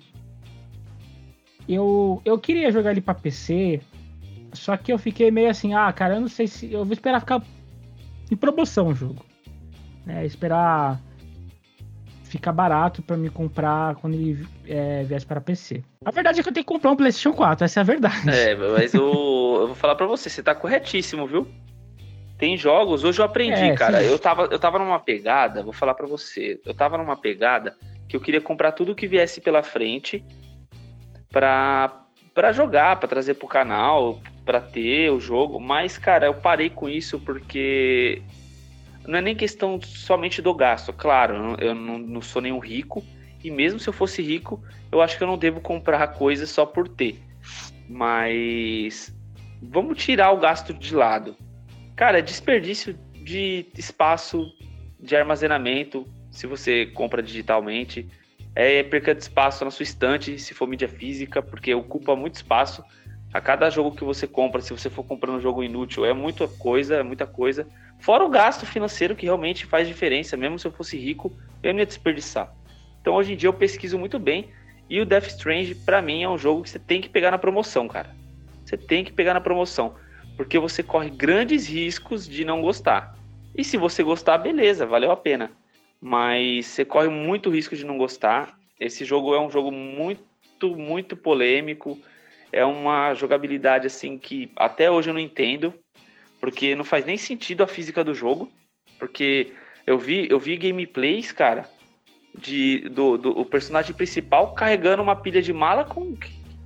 eu queria jogar ele pra PC, só que eu fiquei meio assim, cara, eu não sei se... Eu vou esperar ficar em promoção o jogo. Esperar ficar barato pra me comprar quando ele viesse para PC. A verdade é que eu tenho que comprar um PlayStation 4, essa é a verdade. Mas eu vou falar pra você tá corretíssimo, viu? Tem jogos, hoje eu aprendi, cara. Sim. Eu tava numa pegada, vou falar pra você, eu tava numa pegada que eu queria comprar tudo que viesse pela frente pra jogar, pra trazer pro canal, pra ter o jogo. Mas, cara, eu parei com isso porque não é nem questão somente do gasto. Claro, eu não sou nenhum rico. E mesmo se eu fosse rico, eu acho que eu não devo comprar coisas só por ter. Mas vamos tirar o gasto de lado. Cara, é desperdício de espaço de armazenamento se você compra digitalmente. É perca de espaço na sua estante se for mídia física, porque ocupa muito espaço. A cada jogo que você compra, se você for comprando um jogo inútil, é muita coisa. Fora o gasto financeiro que realmente faz diferença. Mesmo se eu fosse rico, eu não ia desperdiçar. Então hoje em dia eu pesquiso muito bem. E o Death Stranding, pra mim, é um jogo que você tem que pegar na promoção, cara. Você tem que pegar na promoção. Porque você corre grandes riscos de não gostar. E se você gostar, beleza, valeu a pena. Mas você corre muito risco de não gostar. Esse jogo é um jogo muito, muito polêmico. É uma jogabilidade assim que até hoje eu não entendo. Porque não faz nem sentido a física do jogo. Porque eu vi gameplays, cara, o personagem principal carregando uma pilha de mala com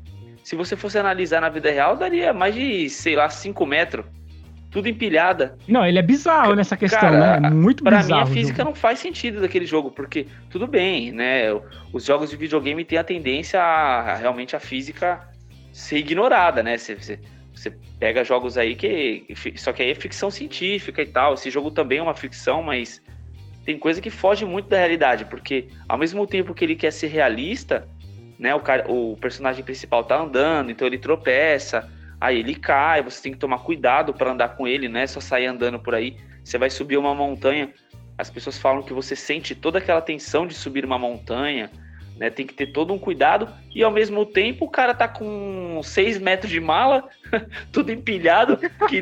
se você fosse analisar na vida real, daria mais de, sei lá, 5 metros. Tudo empilhada. Não, ele é bizarro nessa questão, Cara, né? Muito pra bizarro. mim, a física não faz sentido daquele jogo, porque, tudo bem, né? Os jogos de videogame têm a tendência a realmente a física ser ignorada, né? Você pega jogos aí só que aí é ficção científica e tal. Esse jogo também é uma ficção, mas tem coisa que foge muito da realidade, porque ao mesmo tempo que ele quer ser realista, né? O personagem principal tá andando, então ele tropeça, aí ele cai, você tem que tomar cuidado para andar com ele, não é só sair andando por aí. Você vai subir uma montanha, as pessoas falam que você sente toda aquela tensão de subir uma montanha, né? Tem que ter todo um cuidado, e ao mesmo tempo o cara tá com 6 metros de mala, tudo empilhado, que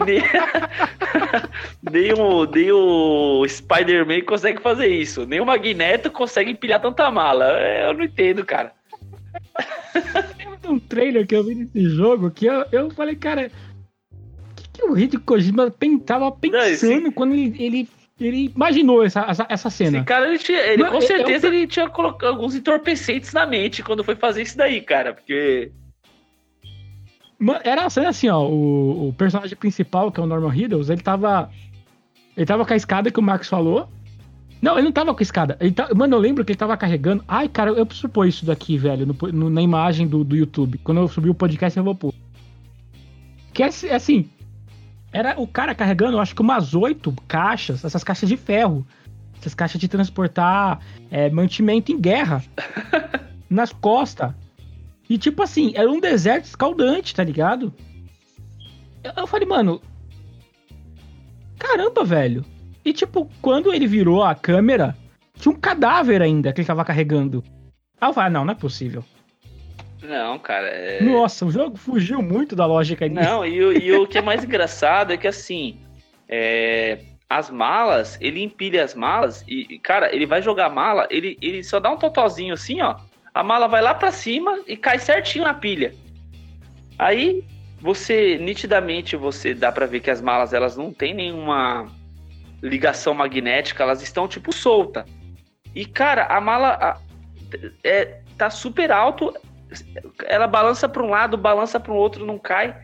nem o Spider-Man consegue fazer isso, nem o Magneto consegue empilhar tanta mala. Eu não entendo, cara. Tem um trailer que eu vi desse jogo que eu falei, cara, o que o Hideo Kojima tava pensando quando ele imaginou essa cena? Esse cara, ele com certeza ele tinha colocado alguns entorpecentes na mente quando foi fazer isso daí, cara, porque... Era assim, ó, o personagem principal, que é o Norman Reedus, ele tava com a escada que o Marcos falou. Não, ele não tava com a escada. Mano, eu lembro que ele tava carregando. Ai, cara, eu preciso pôr isso daqui, velho, na imagem do YouTube. Quando eu subir o podcast, eu vou pôr. Que é assim, era o cara carregando, eu acho que umas 8 caixas, essas caixas de ferro. Essas caixas de transportar mantimento em guerra. Nas costas. E tipo assim, era um deserto escaldante, tá ligado? Eu falei, mano... Caramba, velho. E tipo, quando ele virou a câmera, tinha um cadáver ainda que ele tava carregando. Aí eu falei, não é possível. Não, cara, Nossa, o jogo fugiu muito da lógica ali. Não, e o que é mais engraçado é que assim, as malas, ele empilha as malas e, cara, ele vai jogar a mala, ele só dá um totozinho assim, ó. A mala vai lá pra cima e cai certinho na pilha. Aí, nitidamente, dá pra ver que as malas, elas não tem nenhuma ligação magnética, elas estão, tipo, solta. E, cara, a mala tá super alto, ela balança pra um lado, balança para o outro, não cai.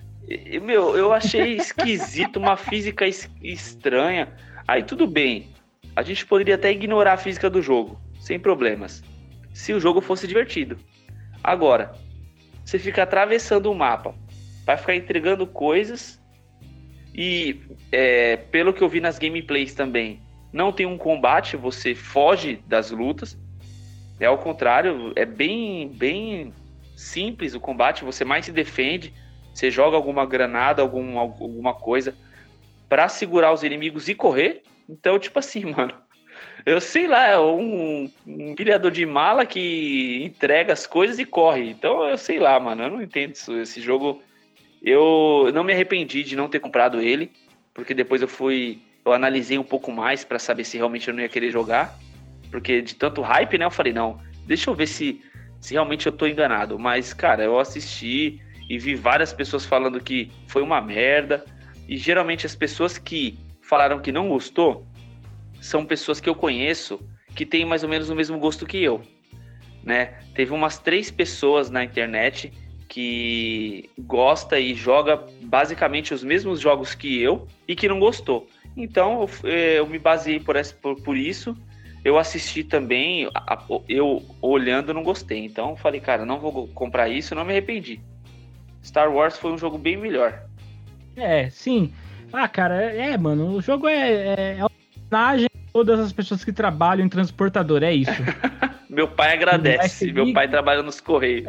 Eu achei esquisito, uma física estranha. Aí, tudo bem, a gente poderia até ignorar a física do jogo, sem problemas, se o jogo fosse divertido. Agora, você fica atravessando o mapa, vai ficar entregando coisas e, pelo que eu vi nas gameplays também, não tem um combate, você foge das lutas. Ao contrário, é bem simples o combate, você mais se defende, você joga alguma granada, alguma coisa pra segurar os inimigos e correr. Então, tipo assim, mano, eu sei lá, é um empilhador de mala que entrega as coisas e corre. Então, eu sei lá, mano, eu não entendo isso. Esse jogo, eu não me arrependi de não ter comprado ele, porque depois eu analisei um pouco mais pra saber se realmente eu não ia querer jogar, porque de tanto hype, né, eu falei, não, deixa eu ver se realmente eu tô enganado. Mas, cara, eu assisti e vi várias pessoas falando que foi uma merda, e geralmente as pessoas que falaram que não gostou são pessoas que eu conheço que têm mais ou menos o mesmo gosto que eu, né? Teve umas 3 pessoas na internet que gosta e joga basicamente os mesmos jogos que eu e que não gostou. Então eu me baseei por isso. Eu assisti também, eu olhando não gostei. Então eu falei, cara, não vou comprar isso, não me arrependi. Star Wars foi um jogo bem melhor. Sim. Ah, cara, mano, o jogo é a homenagem a todas as pessoas que trabalham em transportador, é isso. Meu pai agradece, meu pai trabalha nos Correios.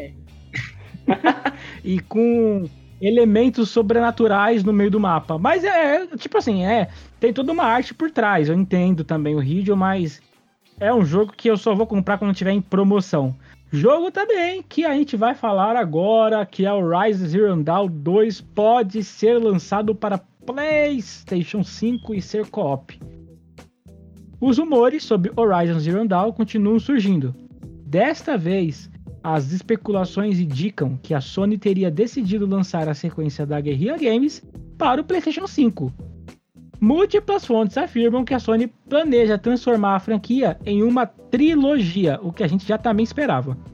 E com elementos sobrenaturais no meio do mapa. Mas tipo assim, tem toda uma arte por trás. Eu entendo também o Hideo, mas é um jogo que eu só vou comprar quando tiver em promoção. Jogo também que a gente vai falar agora, que é o Horizon Zero Dawn 2, pode ser lançado para PlayStation 5 e ser co-op. Os rumores sobre Horizon Zero Dawn continuam surgindo. Desta vez, as especulações indicam que a Sony teria decidido lançar a sequência da Guerrilla Games para o PlayStation 5. Múltiplas fontes afirmam que a Sony planeja transformar a franquia em uma trilogia, o que a gente já também esperava.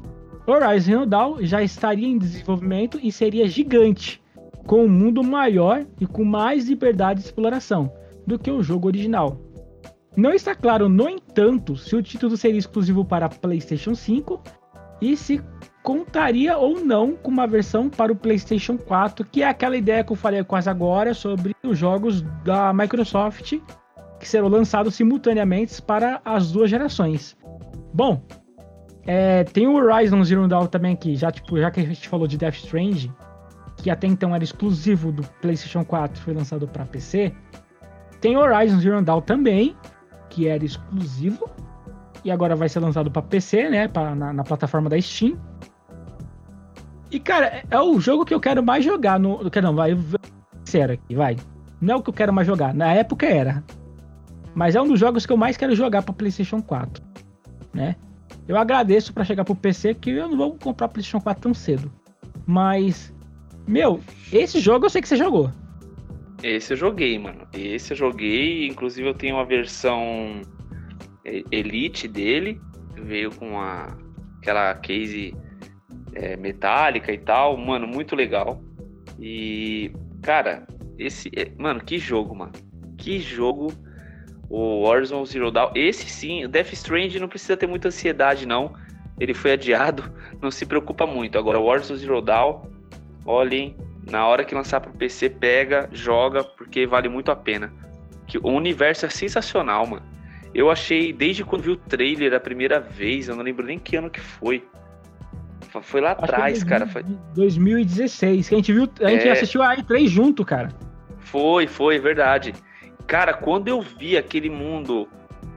Horizon Zero Dawn já estaria em desenvolvimento e seria gigante, com um mundo maior e com mais liberdade de exploração do que o jogo original. Não está claro, no entanto, se o título seria exclusivo para PlayStation 5 e se contaria ou não com uma versão para o PlayStation 4, que é aquela ideia que eu falei quase agora sobre os jogos da Microsoft que serão lançados simultaneamente para as duas gerações. Bom, tem o Horizon Zero Dawn também aqui, já que a gente falou de Death Stranding, que até então era exclusivo do PlayStation 4, foi lançado para PC. Tem Horizon Zero Dawn também, que era exclusivo, e agora vai ser lançado para PC, né, na plataforma da Steam. E, cara, é o jogo que eu quero mais jogar. Sério aqui, vai. Não é o que eu quero mais jogar, na época era. Mas é um dos jogos que eu mais quero jogar para PlayStation 4, né? Eu agradeço para chegar pro PC, que eu não vou comprar PlayStation 4 tão cedo. Mas, esse jogo eu sei que você jogou. Esse eu joguei, mano. Esse eu joguei, inclusive eu tenho uma versão Elite dele. Veio com aquela case metálica e tal. Mano, muito legal. E, cara, mano, que jogo, mano. Que jogo. O Horizon Zero Dawn, esse sim, o Death Stranding não precisa ter muita ansiedade, não. Ele foi adiado, não se preocupa muito. Agora, o Horizon Zero Dawn, olhem, na hora que lançar pro PC, pega, joga, porque vale muito a pena. Que o universo é sensacional, mano. Eu achei, desde quando vi o trailer a primeira vez, eu não lembro nem que ano que foi. Foi lá atrás, cara. Foi 2016, que a gente assistiu a E3 junto, cara. Foi, verdade. Cara, quando eu vi aquele mundo,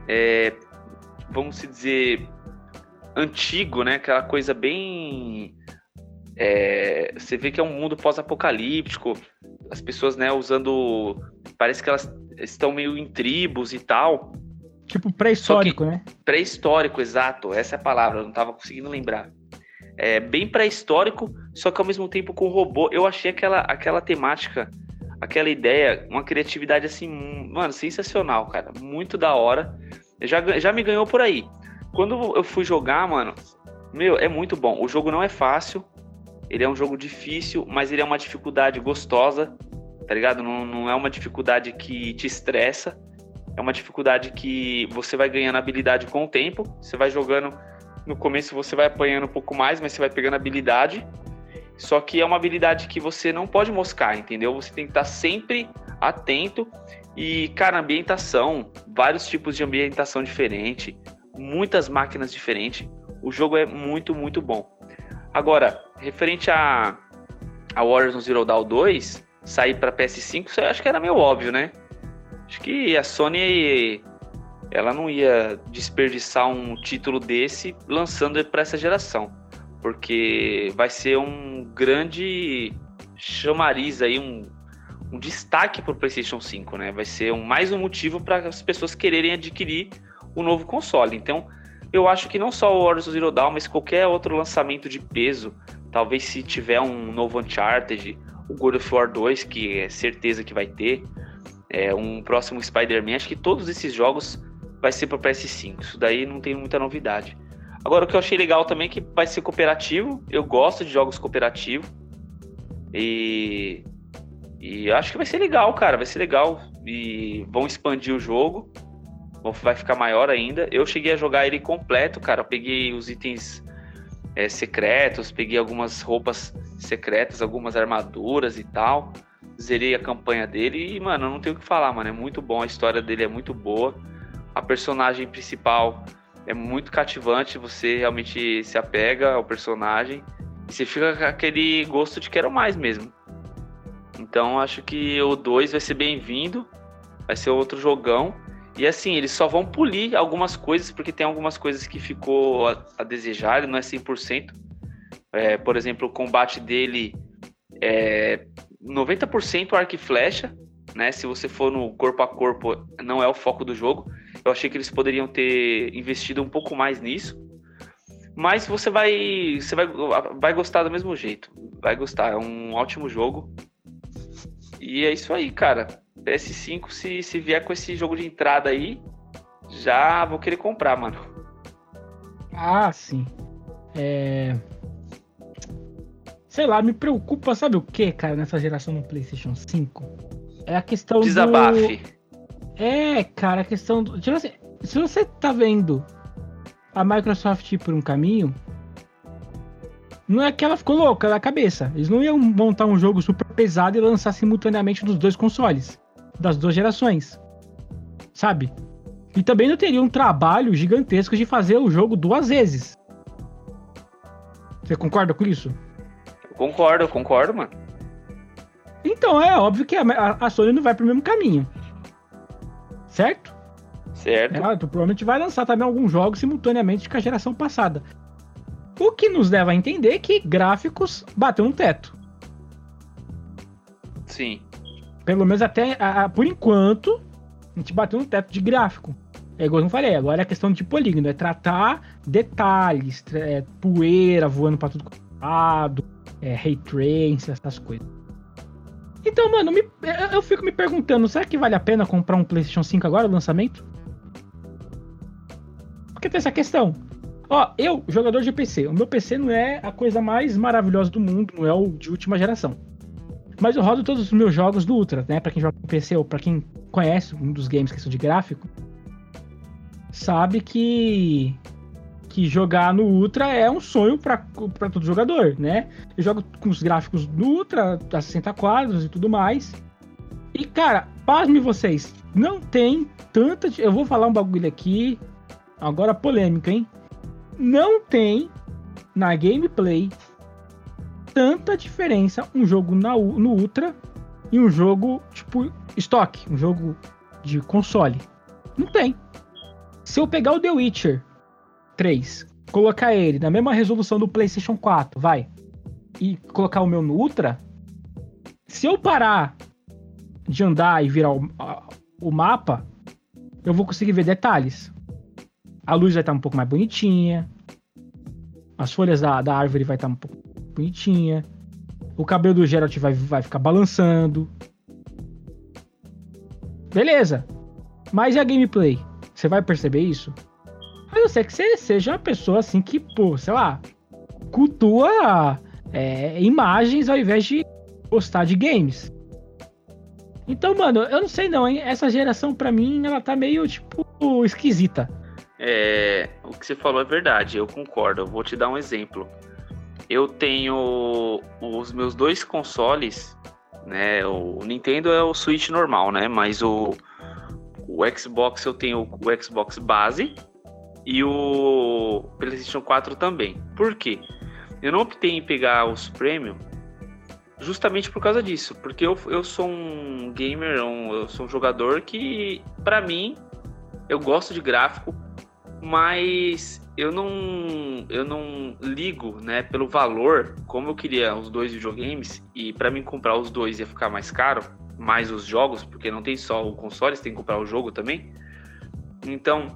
vamos dizer, antigo, né? Aquela coisa bem... você vê que é um mundo pós-apocalíptico, as pessoas, né, usando... Parece que elas estão meio em tribos e tal. Tipo pré-histórico, né? Pré-histórico, exato. Essa é a palavra, eu não tava conseguindo lembrar. Bem pré-histórico, só que ao mesmo tempo com robô. Eu achei aquela temática... Aquela ideia, uma criatividade assim, mano, sensacional, cara. Muito da hora. Já me ganhou por aí. Quando eu fui jogar, mano, é muito bom. O jogo não é fácil. Ele é um jogo difícil, mas ele é uma dificuldade gostosa, tá ligado? Não é uma dificuldade que te estressa. É uma dificuldade que você vai ganhando habilidade com o tempo. Você vai jogando, no começo você vai apanhando um pouco mais, mas você vai pegando habilidade. Só que é uma habilidade que você não pode moscar, entendeu? Você tem que estar sempre atento. E, cara, ambientação, vários tipos de ambientação diferente, muitas máquinas diferentes. O jogo é muito, muito bom. Agora, referente a Horizon Zero Dawn 2, sair para PS5, isso eu acho que era meio óbvio, né? Acho que a Sony, ela não ia desperdiçar um título desse lançando para essa geração. Porque vai ser um grande chamariz aí, um destaque para o PlayStation 5, né? Vai ser mais um motivo para as pessoas quererem adquirir o novo console. Então, eu acho que não só o Horizon Zero Dawn, mas qualquer outro lançamento de peso, talvez se tiver um novo Uncharted, o God of War 2, que é certeza que vai ter, um próximo Spider-Man, acho que todos esses jogos vai ser para PS5. Isso daí não tem muita novidade. Agora, o que eu achei legal também é que vai ser cooperativo. Eu gosto de jogos cooperativos. E acho que vai ser legal, cara. Vai ser legal. E vão expandir o jogo. Vai ficar maior ainda. Eu cheguei a jogar ele completo, cara. Eu peguei os itens secretos. Peguei algumas roupas secretas, algumas armaduras e tal. Zerei a campanha dele. E, mano, eu não tenho o que falar, mano. É muito bom. A história dele é muito boa. A personagem principal... é muito cativante, você realmente se apega ao personagem e você fica com aquele gosto de quero mais mesmo. Então acho que o 2 vai ser bem-vindo, vai ser outro jogão. E assim, eles só vão polir algumas coisas, porque tem algumas coisas que ficou a desejar, ele não é 100%. Por exemplo, o combate dele é 90% arco e flecha, né? Se você for no corpo a corpo, não é o foco do jogo. Eu achei que eles poderiam ter investido um pouco mais nisso. Mas você vai gostar do mesmo jeito. Vai gostar, é um ótimo jogo. E é isso aí, cara. PS5, se vier com esse jogo de entrada aí, já vou querer comprar, mano. Ah, sim. Sei lá, me preocupa, sabe o que, cara, nessa geração do PlayStation 5? É a questão Desabafe. Cara, a questão do... Tipo assim, se você tá vendo a Microsoft ir por um caminho, não é que ela ficou louca na cabeça. Eles não iam montar um jogo super pesado e lançar simultaneamente dos dois consoles, das duas gerações, sabe? E também não teria um trabalho gigantesco de fazer o jogo 2 vezes. Você concorda com isso? Eu concordo, mano. Então é óbvio que a Sony não vai pro mesmo caminho. Certo? Certo. Ela provavelmente vai lançar também alguns jogos simultaneamente com a geração passada. O que nos leva a entender que gráficos bateu no teto. Sim. Pelo menos até, por enquanto, a gente bateu no teto de gráfico. É igual eu falei, agora é questão de polígono, é tratar detalhes, poeira voando pra tudo quanto é lado, ray tracing, essas coisas. Então, mano, eu fico me perguntando, será que vale a pena comprar um PlayStation 5 agora, o lançamento? Porque tem essa questão. Ó, eu, jogador de PC, o meu PC não é a coisa mais maravilhosa do mundo, não é o de última geração. Mas eu rodo todos os meus jogos do Ultra, né? Pra quem joga no PC ou pra quem conhece um dos games que são de gráfico, sabe que jogar no Ultra é um sonho pra todo jogador, né? Eu jogo com os gráficos do Ultra, a 60 quadros e tudo mais. E, cara, pasme vocês, não tem tanta... Eu vou falar um bagulho aqui, agora polêmica, hein? Não tem na gameplay tanta diferença um jogo no Ultra e um jogo, tipo, estoque, um jogo de console. Não tem. Se eu pegar o The Witcher 3, colocar ele na mesma resolução do PlayStation 4, e colocar o meu no Ultra, se eu parar de andar e virar o mapa, eu vou conseguir ver detalhes. A luz vai estar um pouco mais bonitinha, as folhas da árvore vai estar um pouco bonitinha, o cabelo do Geralt vai ficar balançando. Beleza. Mas e a gameplay? Você vai perceber isso? A não ser que você seja uma pessoa assim que, sei lá, cultua imagens ao invés de gostar de games. Então, mano, eu não sei não, hein? Essa geração, pra mim, ela tá meio, tipo, esquisita. O que você falou é verdade, eu concordo. Eu vou te dar um exemplo. Eu tenho os meus dois consoles, né? O Nintendo é o Switch normal, né? Mas o Xbox, eu tenho o Xbox base e o PlayStation 4 também. Por quê? Eu não optei em pegar os Premium justamente por causa disso. Porque eu sou um gamer, eu sou um jogador que, pra mim, eu gosto de gráfico, mas eu não ligo, né, pelo valor. Como eu queria os dois videogames, e pra mim comprar os dois ia ficar mais caro, mais os jogos, porque não tem só o console, você tem que comprar o jogo também. Então,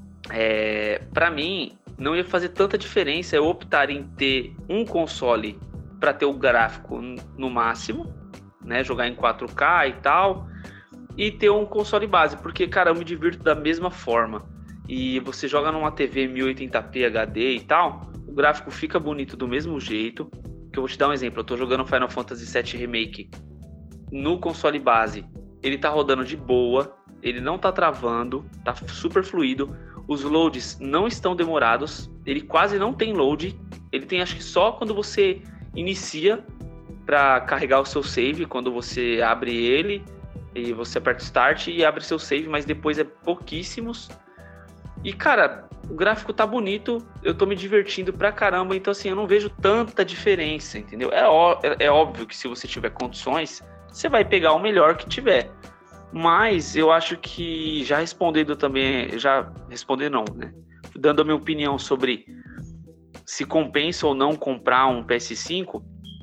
pra mim, não ia fazer tanta diferença eu optar em ter um console para ter o gráfico no máximo, né, jogar em 4K e tal, e ter um console base, porque, cara, eu me divirto da mesma forma. E você joga numa TV 1080p HD e tal, o gráfico fica bonito do mesmo jeito. Que eu vou te dar um exemplo, eu tô jogando Final Fantasy VII Remake no console base, ele tá rodando de boa, ele não tá travando, tá super fluido, os loads não estão demorados, ele quase não tem load, ele tem acho que só quando você inicia para carregar o seu save, quando você abre ele e você aperta Start e abre seu save, mas depois é pouquíssimos. E, cara, o gráfico tá bonito, eu tô me divertindo pra caramba, então assim, eu não vejo tanta diferença, entendeu? É óbvio que se você tiver condições, você vai pegar o melhor que tiver. Mas eu acho que já respondendo também, né? Dando a minha opinião sobre se compensa ou não comprar um PS5,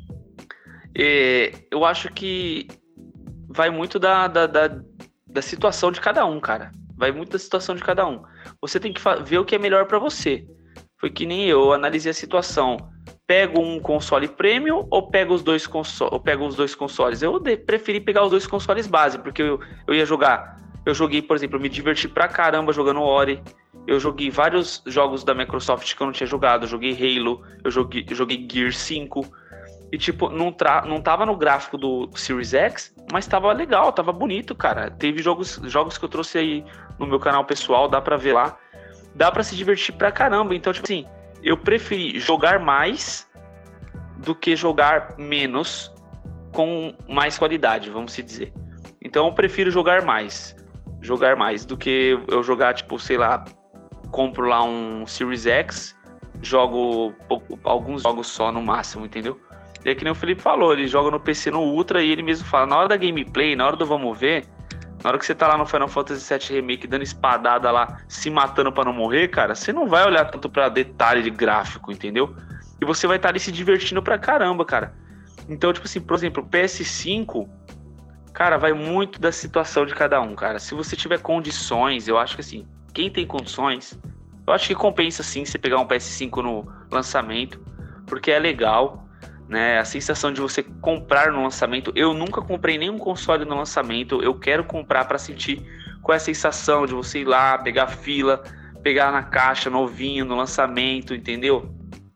eu acho que vai muito da situação de cada um, cara. Vai muito da situação de cada um. Você tem que ver o que é melhor pra você. Foi que nem eu analisei a situação. Pego um console premium ou pego os dois consoles? Eu preferi pegar os dois consoles base, porque eu ia jogar Eu joguei, por exemplo, eu me diverti pra caramba jogando Ori. Eu joguei vários jogos da Microsoft que eu não tinha jogado. Eu joguei Halo, eu joguei Gear 5. E, tipo, não tava no gráfico do Series X, mas tava legal, tava bonito, cara. Teve jogos que eu trouxe aí no meu canal pessoal, dá pra ver lá. Dá pra se divertir pra caramba. Então, tipo assim, eu preferi jogar mais do que jogar menos com mais qualidade, vamos se dizer. Então, eu prefiro jogar mais do que eu jogar, tipo, sei lá, compro lá um Series X, jogo alguns jogos só no máximo, entendeu? E é que nem o Felipe falou, ele joga no PC no Ultra e ele mesmo fala, na hora da gameplay, na hora do vamos ver, na hora que você tá lá no Final Fantasy VII Remake dando espadada lá, se matando pra não morrer, cara, você não vai olhar tanto pra detalhe de gráfico, entendeu? E você vai estar ali se divertindo pra caramba, cara. Então, tipo assim, por exemplo, PS5, cara, vai muito da situação de cada um, cara. Se você tiver condições, eu acho que assim, quem tem condições, eu acho que compensa sim você pegar um PS5 no lançamento, porque é legal, né? A sensação de você comprar no lançamento. Eu nunca comprei nenhum console no lançamento. Eu quero comprar para sentir qual é a sensação de você ir lá, pegar fila, pegar na caixa novinho no lançamento, entendeu?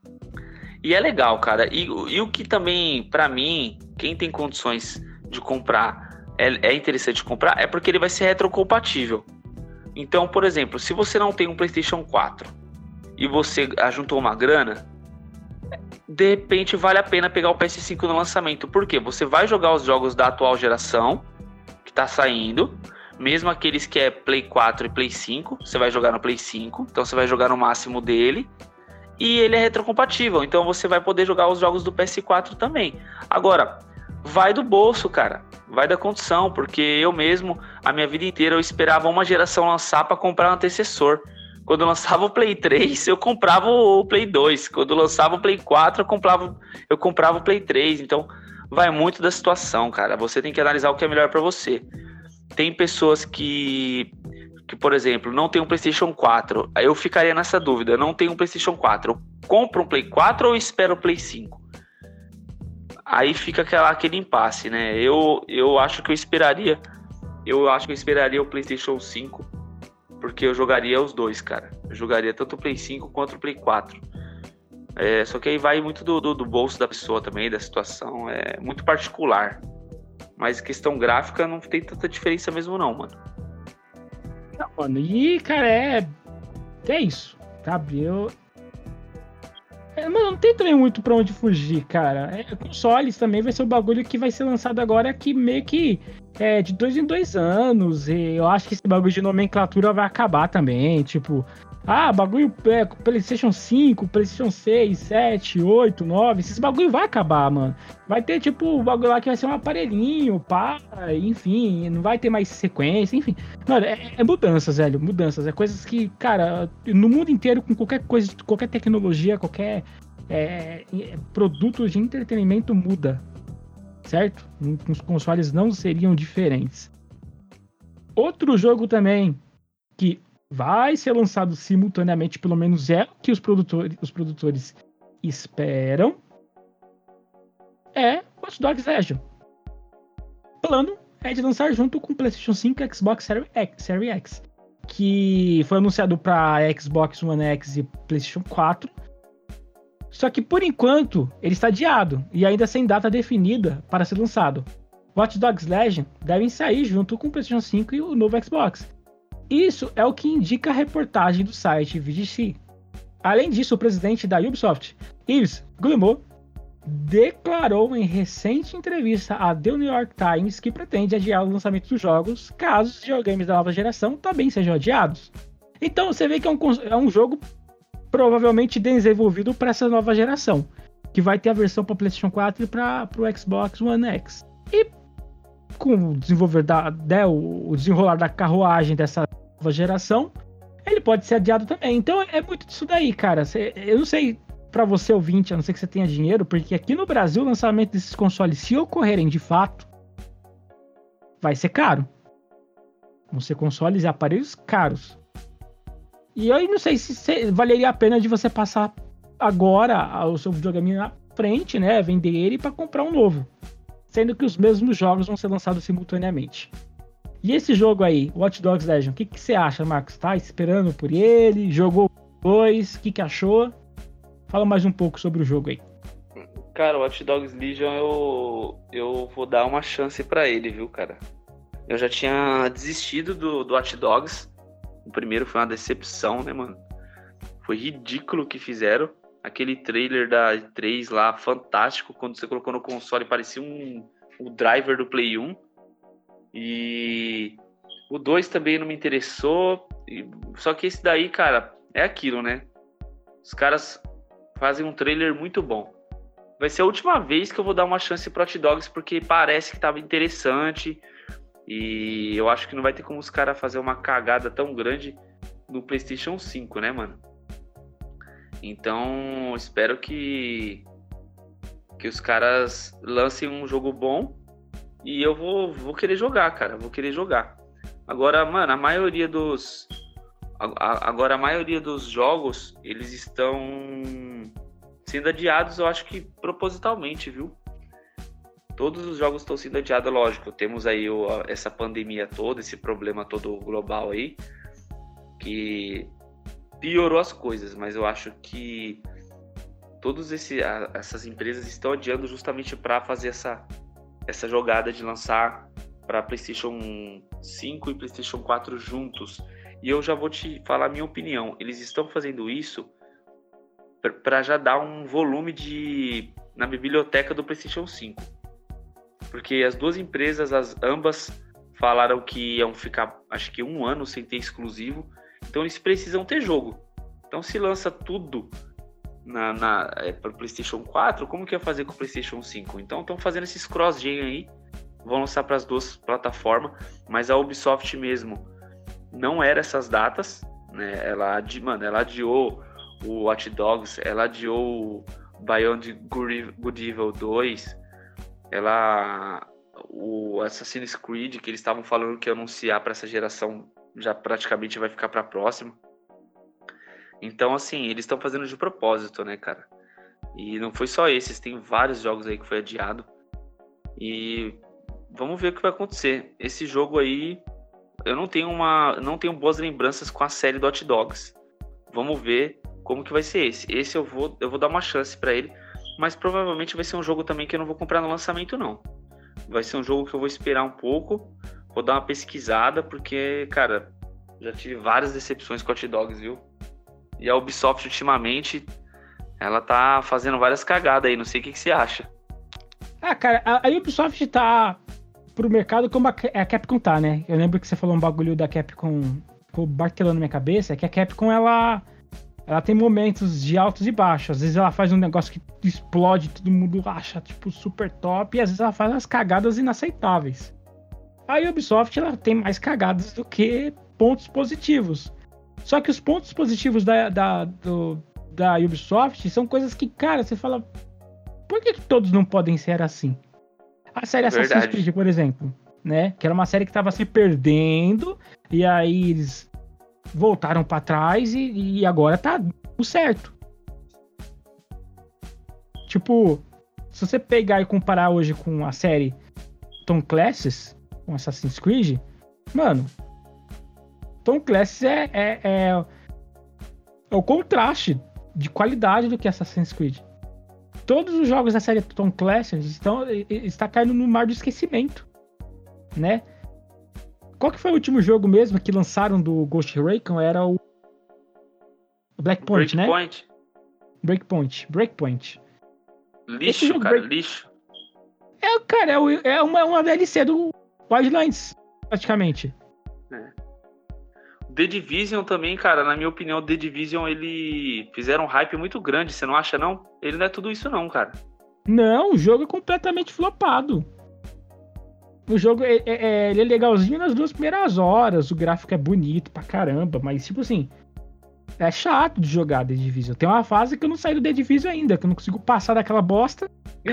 E é legal, cara. E o que também, para mim, quem tem condições de comprar, é interessante comprar, é porque ele vai ser retrocompatível. Então, por exemplo, se você não tem um PlayStation 4 e você ajuntou uma grana, de repente vale a pena pegar o PS5 no lançamento. Por quê? Você vai jogar os jogos da atual geração que tá saindo, mesmo aqueles que é Play 4 e Play 5, você vai jogar no Play 5, então você vai jogar no máximo dele, e ele é retrocompatível, então você vai poder jogar os jogos do PS4 também. Agora, vai do bolso, cara, vai da condição, porque eu mesmo, a minha vida inteira, eu esperava uma geração lançar para comprar um antecessor. Quando lançava o Play 3, eu comprava o Play 2. Quando lançava o Play 4, eu comprava o Play 3. Então, vai muito da situação, cara. Você tem que analisar o que é melhor para você. Tem pessoas que, por exemplo, não tem um PlayStation 4. Eu ficaria nessa dúvida. Não tem um PlayStation 4. Eu compro um Play 4 ou espero o Play 5? Aí fica aquele impasse, né? Eu acho que eu esperaria. Eu acho que eu esperaria o PlayStation 5. Porque eu jogaria os dois, cara. Eu jogaria tanto o Play 5 quanto o Play 4. Só que aí vai muito do bolso da pessoa também, da situação. É muito particular. Mas questão gráfica não tem tanta diferença mesmo não, mano. Não, mano. E, cara, é isso, sabe? Mano, não tem também muito pra onde fugir, cara. Consoles também vai ser o bagulho que vai ser lançado agora que meio que de 2 em 2 anos. E eu acho que esse bagulho de nomenclatura vai acabar também. Tipo, bagulho PlayStation 5, PlayStation 6, 7, 8, 9. Esse bagulho vai acabar, mano. Vai ter, tipo, o bagulho lá que vai ser um aparelhinho, pá, enfim, não vai ter mais sequência, enfim. Mano, é mudanças, velho, mudanças. É coisas que, cara, no mundo inteiro, com qualquer coisa, qualquer tecnologia, qualquer produto de entretenimento muda, certo? Os consoles não seriam diferentes. Outro jogo também que vai ser lançado simultaneamente, pelo menos é o que os produtores esperam, é Watch Dogs Legion. O plano é de lançar junto com o PlayStation 5 e Xbox Series X, que foi anunciado para Xbox One X e PlayStation 4. Só que, por enquanto, ele está adiado e ainda sem data definida para ser lançado. Watch Dogs Legion devem sair junto com o PlayStation 5 e o novo Xbox. Isso é o que indica a reportagem do site VGC. Além disso, o presidente da Ubisoft, Yves Guillemot, declarou em recente entrevista à The New York Times que pretende adiar o lançamento dos jogos caso os videogames da nova geração também sejam adiados. Então você vê que é um jogo provavelmente desenvolvido para essa nova geração, que vai ter a versão para PlayStation 4 e para o Xbox One X. E com o desenrolar da carruagem dessa nova geração, ele pode ser adiado também. Então é muito disso daí, cara. Eu não sei pra você ouvinte, a não ser que você tenha dinheiro, porque aqui no Brasil o lançamento desses consoles, se ocorrerem de fato, vai ser caro. Vão ser consoles e aparelhos caros. E eu não sei se valeria a pena de você passar agora o seu videogame na frente, né? Vender ele para comprar um novo. Sendo que os mesmos jogos vão ser lançados simultaneamente. E esse jogo aí, Watch Dogs Legion, o que você acha, Marcos? Tá esperando por ele? Jogou dois? O que achou? Fala mais um pouco sobre o jogo aí. Cara, o Watch Dogs Legion eu vou dar uma chance pra ele, viu, cara? Eu já tinha desistido do Watch Dogs. O primeiro foi uma decepção, né, mano? Foi ridículo o que fizeram. Aquele trailer da E3 lá, fantástico. Quando você colocou no console, parecia o driver do Play 1. E o 2 também não me interessou. Só que esse daí, cara, é aquilo, né? Os caras fazem um trailer muito bom. Vai ser a última vez que eu vou dar uma chance pro Watch Dogs, porque parece que tava interessante. E eu acho que não vai ter como os caras fazer uma cagada tão grande no PlayStation 5, né, mano? Então, espero que os caras lancem um jogo bom e eu vou querer jogar, cara. Vou querer jogar. Agora, mano, a maioria dos jogos, eles estão sendo adiados, eu acho que propositalmente, viu? Todos os jogos estão sendo adiados, lógico. Temos aí essa pandemia toda, esse problema todo global aí, que piorou as coisas, mas eu acho que todas essas empresas estão adiando justamente para fazer essa jogada de lançar para PlayStation 5 e PlayStation 4 juntos. E eu já vou te falar a minha opinião. Eles estão fazendo isso para já dar um volume na biblioteca do PlayStation 5. Porque as duas empresas, ambas, falaram que iam ficar, acho que 1 ano sem ter exclusivo. Então eles precisam ter jogo. Então se lança tudo para o PlayStation 4, como que ia fazer com o PlayStation 5? Então estão fazendo esses cross-gen aí. Vão lançar para as duas plataformas. Mas a Ubisoft mesmo não era essas datas, né? Ela adiou o Watch Dogs, ela adiou o Beyond Good Evil 2, o Assassin's Creed, que eles estavam falando que ia anunciar para essa geração, já praticamente vai ficar para a próxima. Então, assim, eles estão fazendo de propósito, né, cara? E não foi só esses, tem vários jogos aí que foi adiado. E vamos ver o que vai acontecer. Esse jogo aí, eu não tenho boas lembranças com a série do Watch Dogs. Vamos ver como que vai ser esse. Esse eu vou dar uma chance pra ele, mas provavelmente vai ser um jogo também que eu não vou comprar no lançamento, não. Vai ser um jogo que eu vou esperar um pouco, vou dar uma pesquisada, porque, cara, já tive várias decepções com Watch Dogs, viu? E a Ubisoft, ultimamente, ela tá fazendo várias cagadas aí, não sei o que você acha. Ah, cara, a Ubisoft tá pro mercado como a Capcom tá, né? Eu lembro que você falou um bagulho da Capcom, ficou martelando na minha cabeça, é que a Capcom, ela tem momentos de altos e baixos. Às vezes ela faz um negócio que explode, todo mundo acha, tipo, super top, e às vezes ela faz umas cagadas inaceitáveis. A Ubisoft, ela tem mais cagadas do que pontos positivos. Só que os pontos positivos da Ubisoft são coisas que, cara, você fala, por que todos não podem ser assim? A série Assassin's Creed, por exemplo, né? Que era uma série que tava se perdendo, e aí eles voltaram pra trás e agora tá certo. Tipo, se você pegar e comparar hoje com a série Tom Clancy's, com Assassin's Creed, mano, Tom Clancy's é o contraste de qualidade do que Assassin's Creed. Todos os jogos da série Tom Clancy está caindo no mar do esquecimento, né? Qual que foi o último jogo mesmo que lançaram do Ghost Recon? Era o Breakpoint, né? Breakpoint. Lixo, cara, lixo. Cara, é uma DLC do Wildlands, praticamente. The Division também, cara, na minha opinião, The Division, ele fizeram um hype muito grande, você não acha, não? Ele não é tudo isso, não, cara. Não, o jogo é completamente flopado. O jogo ele é legalzinho nas 2 primeiras horas, o gráfico é bonito pra caramba, mas, tipo assim, é chato de jogar The Division. Tem uma fase que eu não saí do The Division ainda, que eu não consigo passar daquela bosta.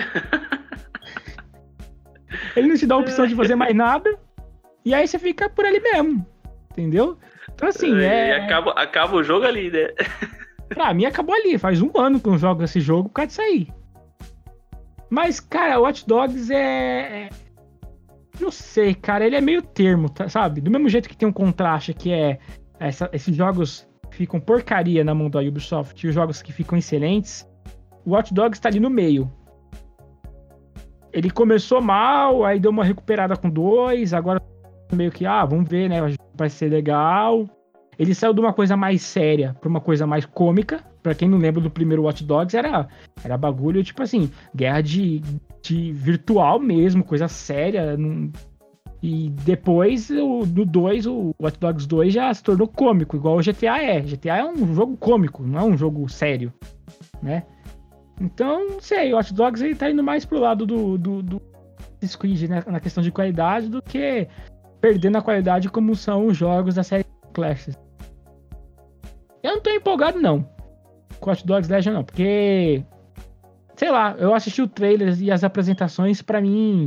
Ele não te dá a opção de fazer mais nada, e aí você fica por ali mesmo, entendeu? Então, assim, acaba o jogo ali, né? Pra mim, acabou ali. Faz 1 ano que eu jogo esse jogo por causa disso aí. Mas, cara, Watch Dogs Não sei, cara, ele é meio termo, sabe? Do mesmo jeito que tem um contraste que é esses jogos que ficam porcaria na mão da Ubisoft e os jogos que ficam excelentes, o Watch Dogs tá ali no meio. Ele começou mal, aí deu uma recuperada com 2, agora meio que, vamos ver, né? Vai ser legal. Ele saiu de uma coisa mais séria pra uma coisa mais cômica. Pra quem não lembra do primeiro Watch Dogs, era bagulho, tipo assim, guerra de virtual mesmo, coisa séria. E depois, no 2, o Watch Dogs 2 já se tornou cômico, igual o GTA é. GTA é um jogo cômico, não é um jogo sério, né? Então, não sei, o Watch Dogs ele tá indo mais pro lado do Squid, né, na questão de qualidade, do que perdendo a qualidade como são os jogos da série Clashes. Eu não tô empolgado, não, com Watch Dogs Legion, não, porque, sei lá, eu assisti o trailer e as apresentações, pra mim,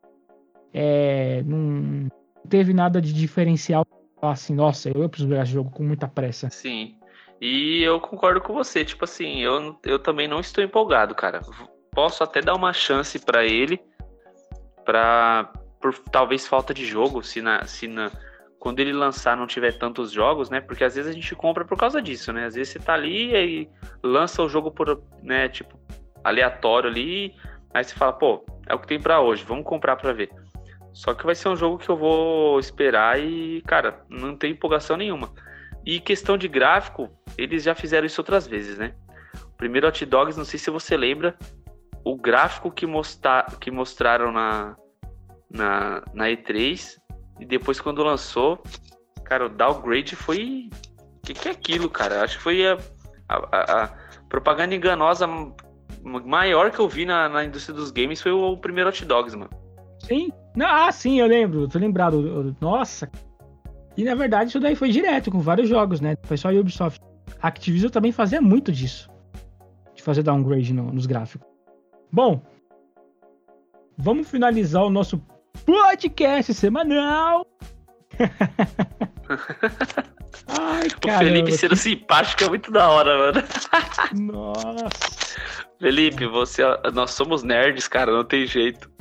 não teve nada de diferencial, assim, nossa, eu preciso jogar esse jogo com muita pressa. Sim. E eu concordo com você, tipo assim, eu também não estou empolgado, cara. Posso até dar uma chance pra ele, por talvez falta de jogo, quando ele lançar não tiver tantos jogos, né? Porque às vezes a gente compra por causa disso, né? Às vezes você tá ali e lança o jogo por, né, tipo, aleatório ali, aí você fala, pô, é o que tem pra hoje, vamos comprar pra ver. Só que vai ser um jogo que eu vou esperar e, cara, não tem empolgação nenhuma. E questão de gráfico, eles já fizeram isso outras vezes, né? O primeiro Hot Dogs, não sei se você lembra, o gráfico que mostraram na E3, e depois quando lançou, cara, o downgrade foi... O que é aquilo, cara? Acho que foi a propaganda enganosa maior que eu vi na indústria dos games, foi o primeiro Hot Dogs, mano. Sim? Sim, eu lembro, tô lembrado. Nossa. E na verdade isso daí foi direto com vários jogos, né? Foi só a Ubisoft. A Activision também fazia muito disso, de fazer downgrade nos gráficos. Bom, vamos finalizar o nosso podcast semanal. Ai, o Felipe sendo simpático é muito da hora, mano. Nossa. Felipe, nós somos nerds, cara, não tem jeito.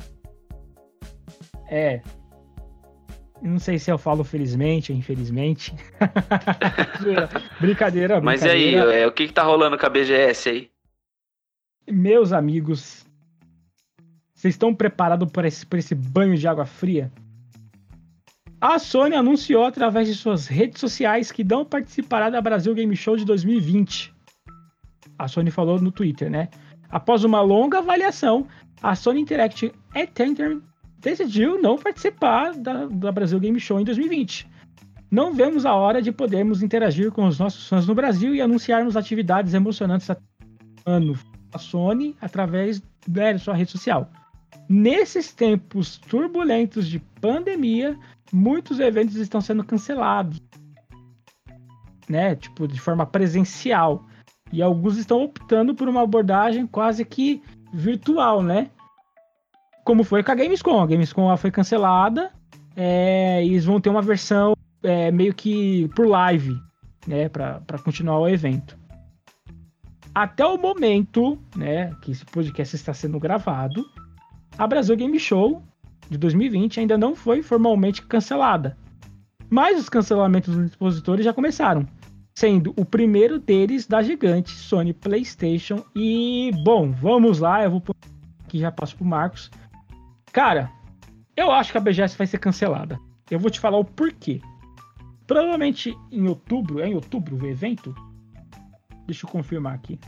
Não sei se eu falo felizmente ou infelizmente. Brincadeira. Mas e aí, o que tá rolando com a BGS aí? Meus amigos, vocês estão preparados por esse banho de água fria? A Sony anunciou através de suas redes sociais que não participará da Brasil Game Show de 2020. A Sony falou no Twitter, né? Após uma longa avaliação, a Sony Interactive Entertainment decidiu não participar da Brasil Game Show em 2020. Não vemos a hora de podermos interagir com os nossos fãs no Brasil e anunciarmos atividades emocionantes a Sony através da sua rede social. Nesses tempos turbulentos de pandemia, muitos eventos estão sendo cancelados, né? Tipo, de forma presencial. E alguns estão optando por uma abordagem quase que virtual, né? Como foi com a Gamescom. A Gamescom foi cancelada. Eles vão ter uma versão meio que por live, né? Para continuar o evento. Até o momento, né, que esse podcast está sendo gravado, a Brasil Game Show de 2020 ainda não foi formalmente cancelada. Mas os cancelamentos dos expositores já começaram, sendo o primeiro deles da gigante Sony PlayStation. E, bom, vamos lá, eu vou pôr aqui, já passo pro Marcos. Cara, eu acho que a BGS vai ser cancelada. Eu vou te falar o porquê. Provavelmente em outubro, é em outubro o evento? Deixa eu confirmar aqui.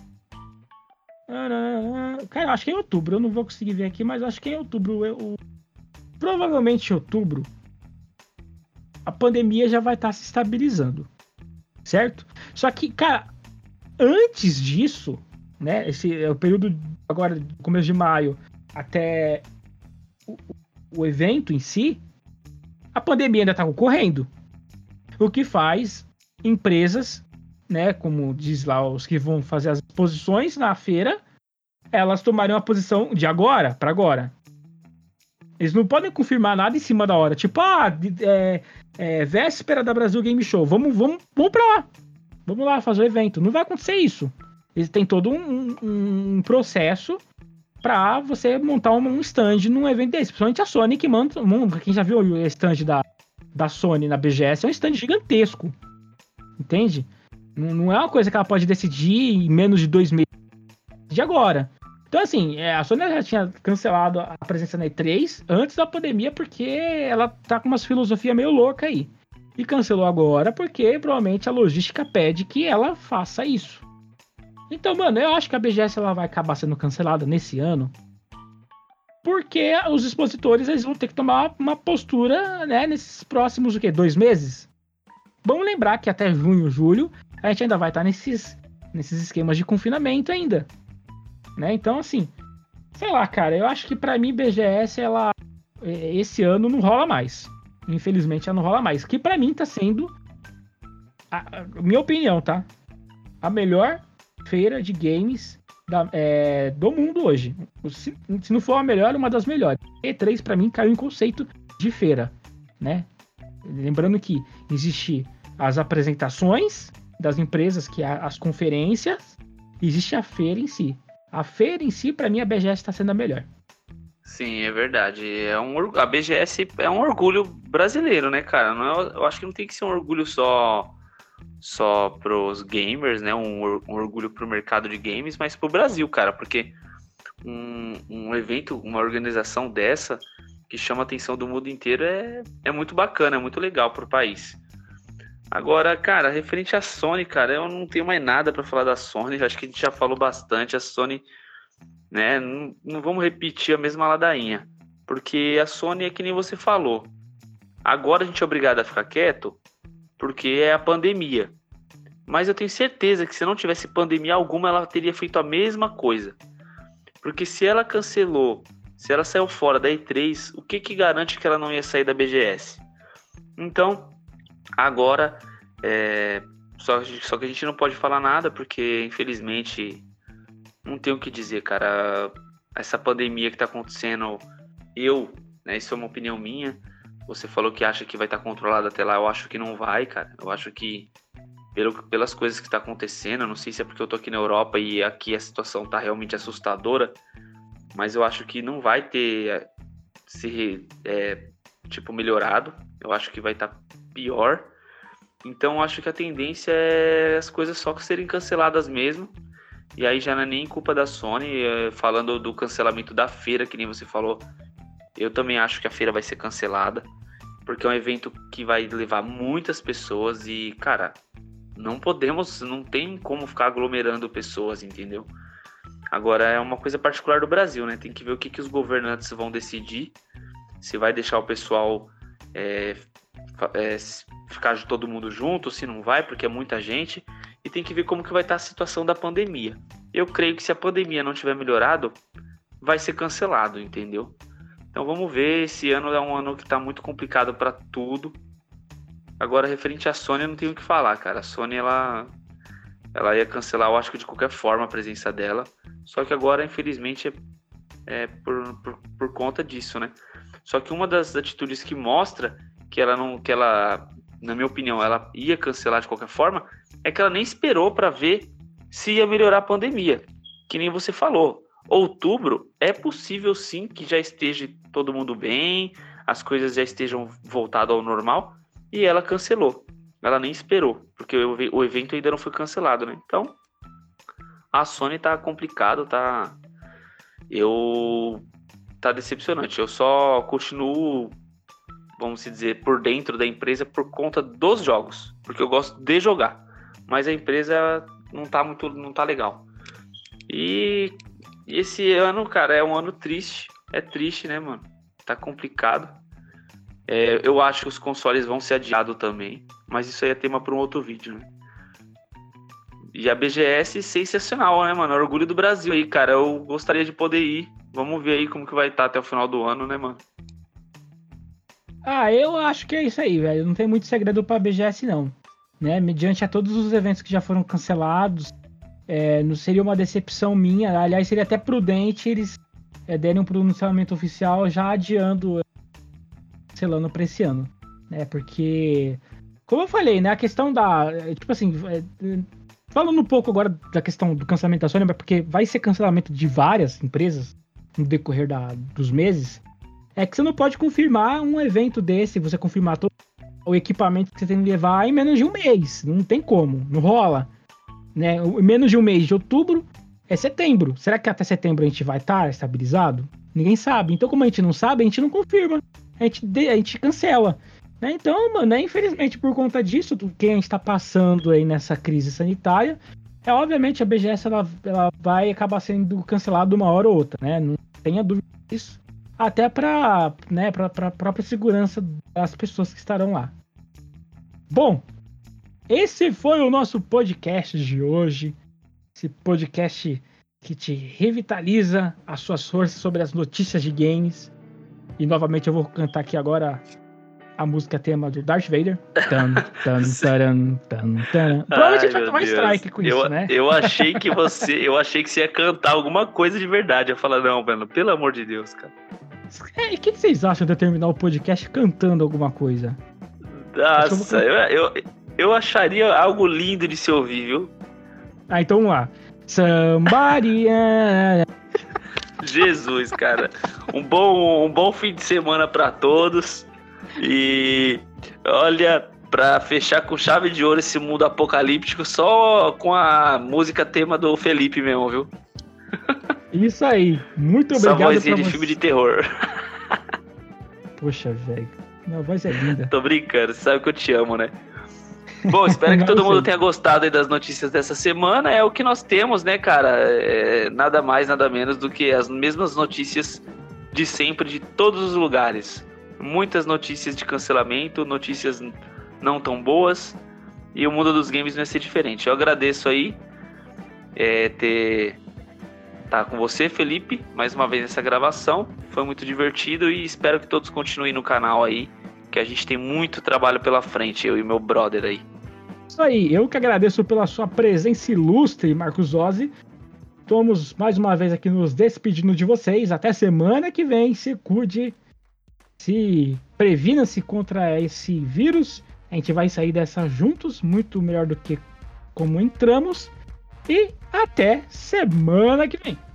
Cara, eu acho que é em outubro, eu não vou conseguir ver aqui, mas acho que é em outubro. Provavelmente em outubro, a pandemia já vai estar se estabilizando, certo? Só que, cara, antes disso, né, esse é o período agora, do começo de maio, até o evento em si, a pandemia ainda está ocorrendo. O que faz empresas, né, como diz lá os que vão fazer as exposições na feira, elas tomarem uma posição de agora para agora. Eles não podem confirmar nada em cima da hora. Tipo, véspera da Brasil Game Show. Vamos pra lá. Vamos lá fazer o evento. Não vai acontecer isso. Eles têm todo um processo pra você montar um stand num evento desse. Principalmente a Sony, que manda. Quem já viu o stand da Sony na BGS, é um stand gigantesco. Entende? Não é uma coisa que ela pode decidir em menos de 2 meses de agora. Então, assim, a Sony já tinha cancelado a presença na E3 antes da pandemia, porque ela tá com umas filosofia meio louca aí. E cancelou agora porque provavelmente a logística pede que ela faça isso. Então, mano, eu acho que a BGS ela vai acabar sendo cancelada nesse ano, porque os expositores eles vão ter que tomar uma postura, né, nesses próximos, 2 meses? Vamos lembrar que até junho, julho, a gente ainda vai estar nesses esquemas de confinamento ainda. Né? Então, assim, sei lá, cara, eu acho que pra mim BGS, ela esse ano não rola mais. Infelizmente, ela não rola mais. Que pra mim tá sendo, minha opinião, tá? A melhor feira de games do mundo hoje. Se não for a melhor, uma das melhores. E3 pra mim caiu em conceito de feira, né? Lembrando que existe as apresentações das empresas, que é as conferências, existe a feira em si. A feira em si, pra mim, a BGS tá sendo a melhor. Sim, é verdade. A BGS é um orgulho brasileiro, né, cara? Eu acho que não tem que ser um orgulho só pros gamers, né? Um orgulho pro mercado de games, mas pro Brasil, cara. Porque um evento, uma organização dessa, que chama a atenção do mundo inteiro, é muito bacana, é muito legal pro país. Agora, cara, referente à Sony, cara, eu não tenho mais nada pra falar da Sony. Acho que a gente já falou bastante. A Sony, né, não vamos repetir a mesma ladainha. Porque a Sony é que nem você falou. Agora a gente é obrigado a ficar quieto porque é a pandemia. Mas eu tenho certeza que se não tivesse pandemia alguma, ela teria feito a mesma coisa. Porque se ela cancelou, se ela saiu fora da E3, o que garante que ela não ia sair da BGS? Então, agora, só que a gente não pode falar nada, porque infelizmente não tem o que dizer, cara. Essa pandemia que tá acontecendo, né, isso é uma opinião minha. Você falou que acha que vai estar controlado até lá, eu acho que não vai, cara. Eu acho que pelas coisas que está acontecendo, eu não sei se é porque eu tô aqui na Europa e aqui a situação tá realmente assustadora, mas eu acho que não vai ter melhorado. Eu acho que vai estar pior. Então eu acho que a tendência é as coisas só serem canceladas mesmo. E aí já não é nem culpa da Sony. Falando do cancelamento da feira, que nem você falou, eu também acho que a feira vai ser cancelada, porque é um evento que vai levar muitas pessoas e, cara, não tem como ficar aglomerando pessoas, entendeu? Agora é uma coisa particular do Brasil, né? Tem que ver o que os governantes vão decidir, se vai deixar o pessoal ficar de todo mundo junto, se não vai, porque é muita gente, e tem que ver como que vai estar a situação da pandemia. Eu creio que se a pandemia não tiver melhorado, vai ser cancelado, entendeu? Então vamos ver, esse ano é um ano que tá muito complicado para tudo. Agora, referente à Sony, eu não tenho o que falar, cara. A Sony, ela ia cancelar, eu acho que de qualquer forma, a presença dela. Só que agora, infelizmente, é por conta disso, né? Só que uma das atitudes que mostra que ela, na minha opinião, ela ia cancelar de qualquer forma, é que ela nem esperou para ver se ia melhorar a pandemia. Que nem você falou. Outubro, é possível sim que já esteja todo mundo bem, as coisas já estejam voltadas ao normal, e ela cancelou. Ela nem esperou, porque o evento ainda não foi cancelado, né? Então, a Sony tá complicado, tá decepcionante. Eu só continuo, vamos dizer, por dentro da empresa por conta dos jogos, porque eu gosto de jogar, mas a empresa não tá legal. E esse ano, cara, é um ano triste. É triste, né, mano? Tá complicado. Eu acho que os consoles vão ser adiados também. Mas isso aí é tema para um outro vídeo, né? E a BGS, sensacional, né, mano? Orgulho do Brasil aí, cara. Eu gostaria de poder ir. Vamos ver aí como que vai estar até o final do ano, né, mano? Eu acho que é isso aí, velho. Não tem muito segredo pra BGS, não. Né? Mediante a todos os eventos que já foram cancelados, não seria uma decepção minha. Aliás, seria até prudente eles derem um pronunciamento oficial já adiando, cancelando para esse ano, né? Porque, como eu falei, né, a questão tipo assim, falando um pouco agora da questão do cancelamento da Sony, porque vai ser cancelamento de várias empresas, no decorrer dos meses, é que você não pode confirmar um evento desse, você confirmar todo o equipamento que você tem que levar em menos de um mês. Não tem como, não rola. Né? Em menos de um mês de outubro é setembro. Será que até setembro a gente vai estar estabilizado? Ninguém sabe. Então, como a gente não sabe, a gente não confirma. A gente cancela. Né? Então, mano, infelizmente por conta disso, do que a gente está passando aí nessa crise sanitária, obviamente a BGS ela vai acabar sendo cancelada uma hora ou outra, né? Não tenha dúvida disso. Até para a própria segurança das pessoas que estarão lá. Bom, esse foi o nosso podcast de hoje. Esse podcast que te revitaliza as suas forças sobre as notícias de games. E novamente eu vou cantar aqui agora a música tema do Darth Vader. Provavelmente a gente vai tomar strike com isso, né? Eu achei que você ia cantar alguma coisa de verdade. Eu falei, não, mano, pelo amor de Deus, cara. E o que vocês acham de eu terminar o podcast cantando alguma coisa? Nossa, eu acharia algo lindo de se ouvir, viu? Então vamos lá. Somebody... Jesus, cara. Um bom fim de semana pra todos. E olha, pra fechar com chave de ouro esse mundo apocalíptico, só com a música tema do Felipe mesmo, viu? Isso aí. Muito obrigado. Essa vozinha de filme de terror. Poxa, velho. Minha voz é linda. Tô brincando, você sabe que eu te amo, né? Bom, espero que todo mundo tenha gostado aí das notícias dessa semana. É o que nós temos, né, cara? Nada mais, nada menos do que as mesmas notícias de sempre, de todos os lugares. Muitas notícias de cancelamento, notícias não tão boas. E o mundo dos games vai ser diferente. Eu agradeço aí estar com você, Felipe, mais uma vez nessa gravação. Foi muito divertido e espero que todos continuem no canal aí, que a gente tem muito trabalho pela frente, eu e meu brother aí. Isso aí, eu que agradeço pela sua presença ilustre, Marcos Ozzy. Estamos mais uma vez aqui nos despedindo de vocês. Até semana que vem, se cuide, se previna-se contra esse vírus. A gente vai sair dessa juntos, muito melhor do que como entramos. E até semana que vem.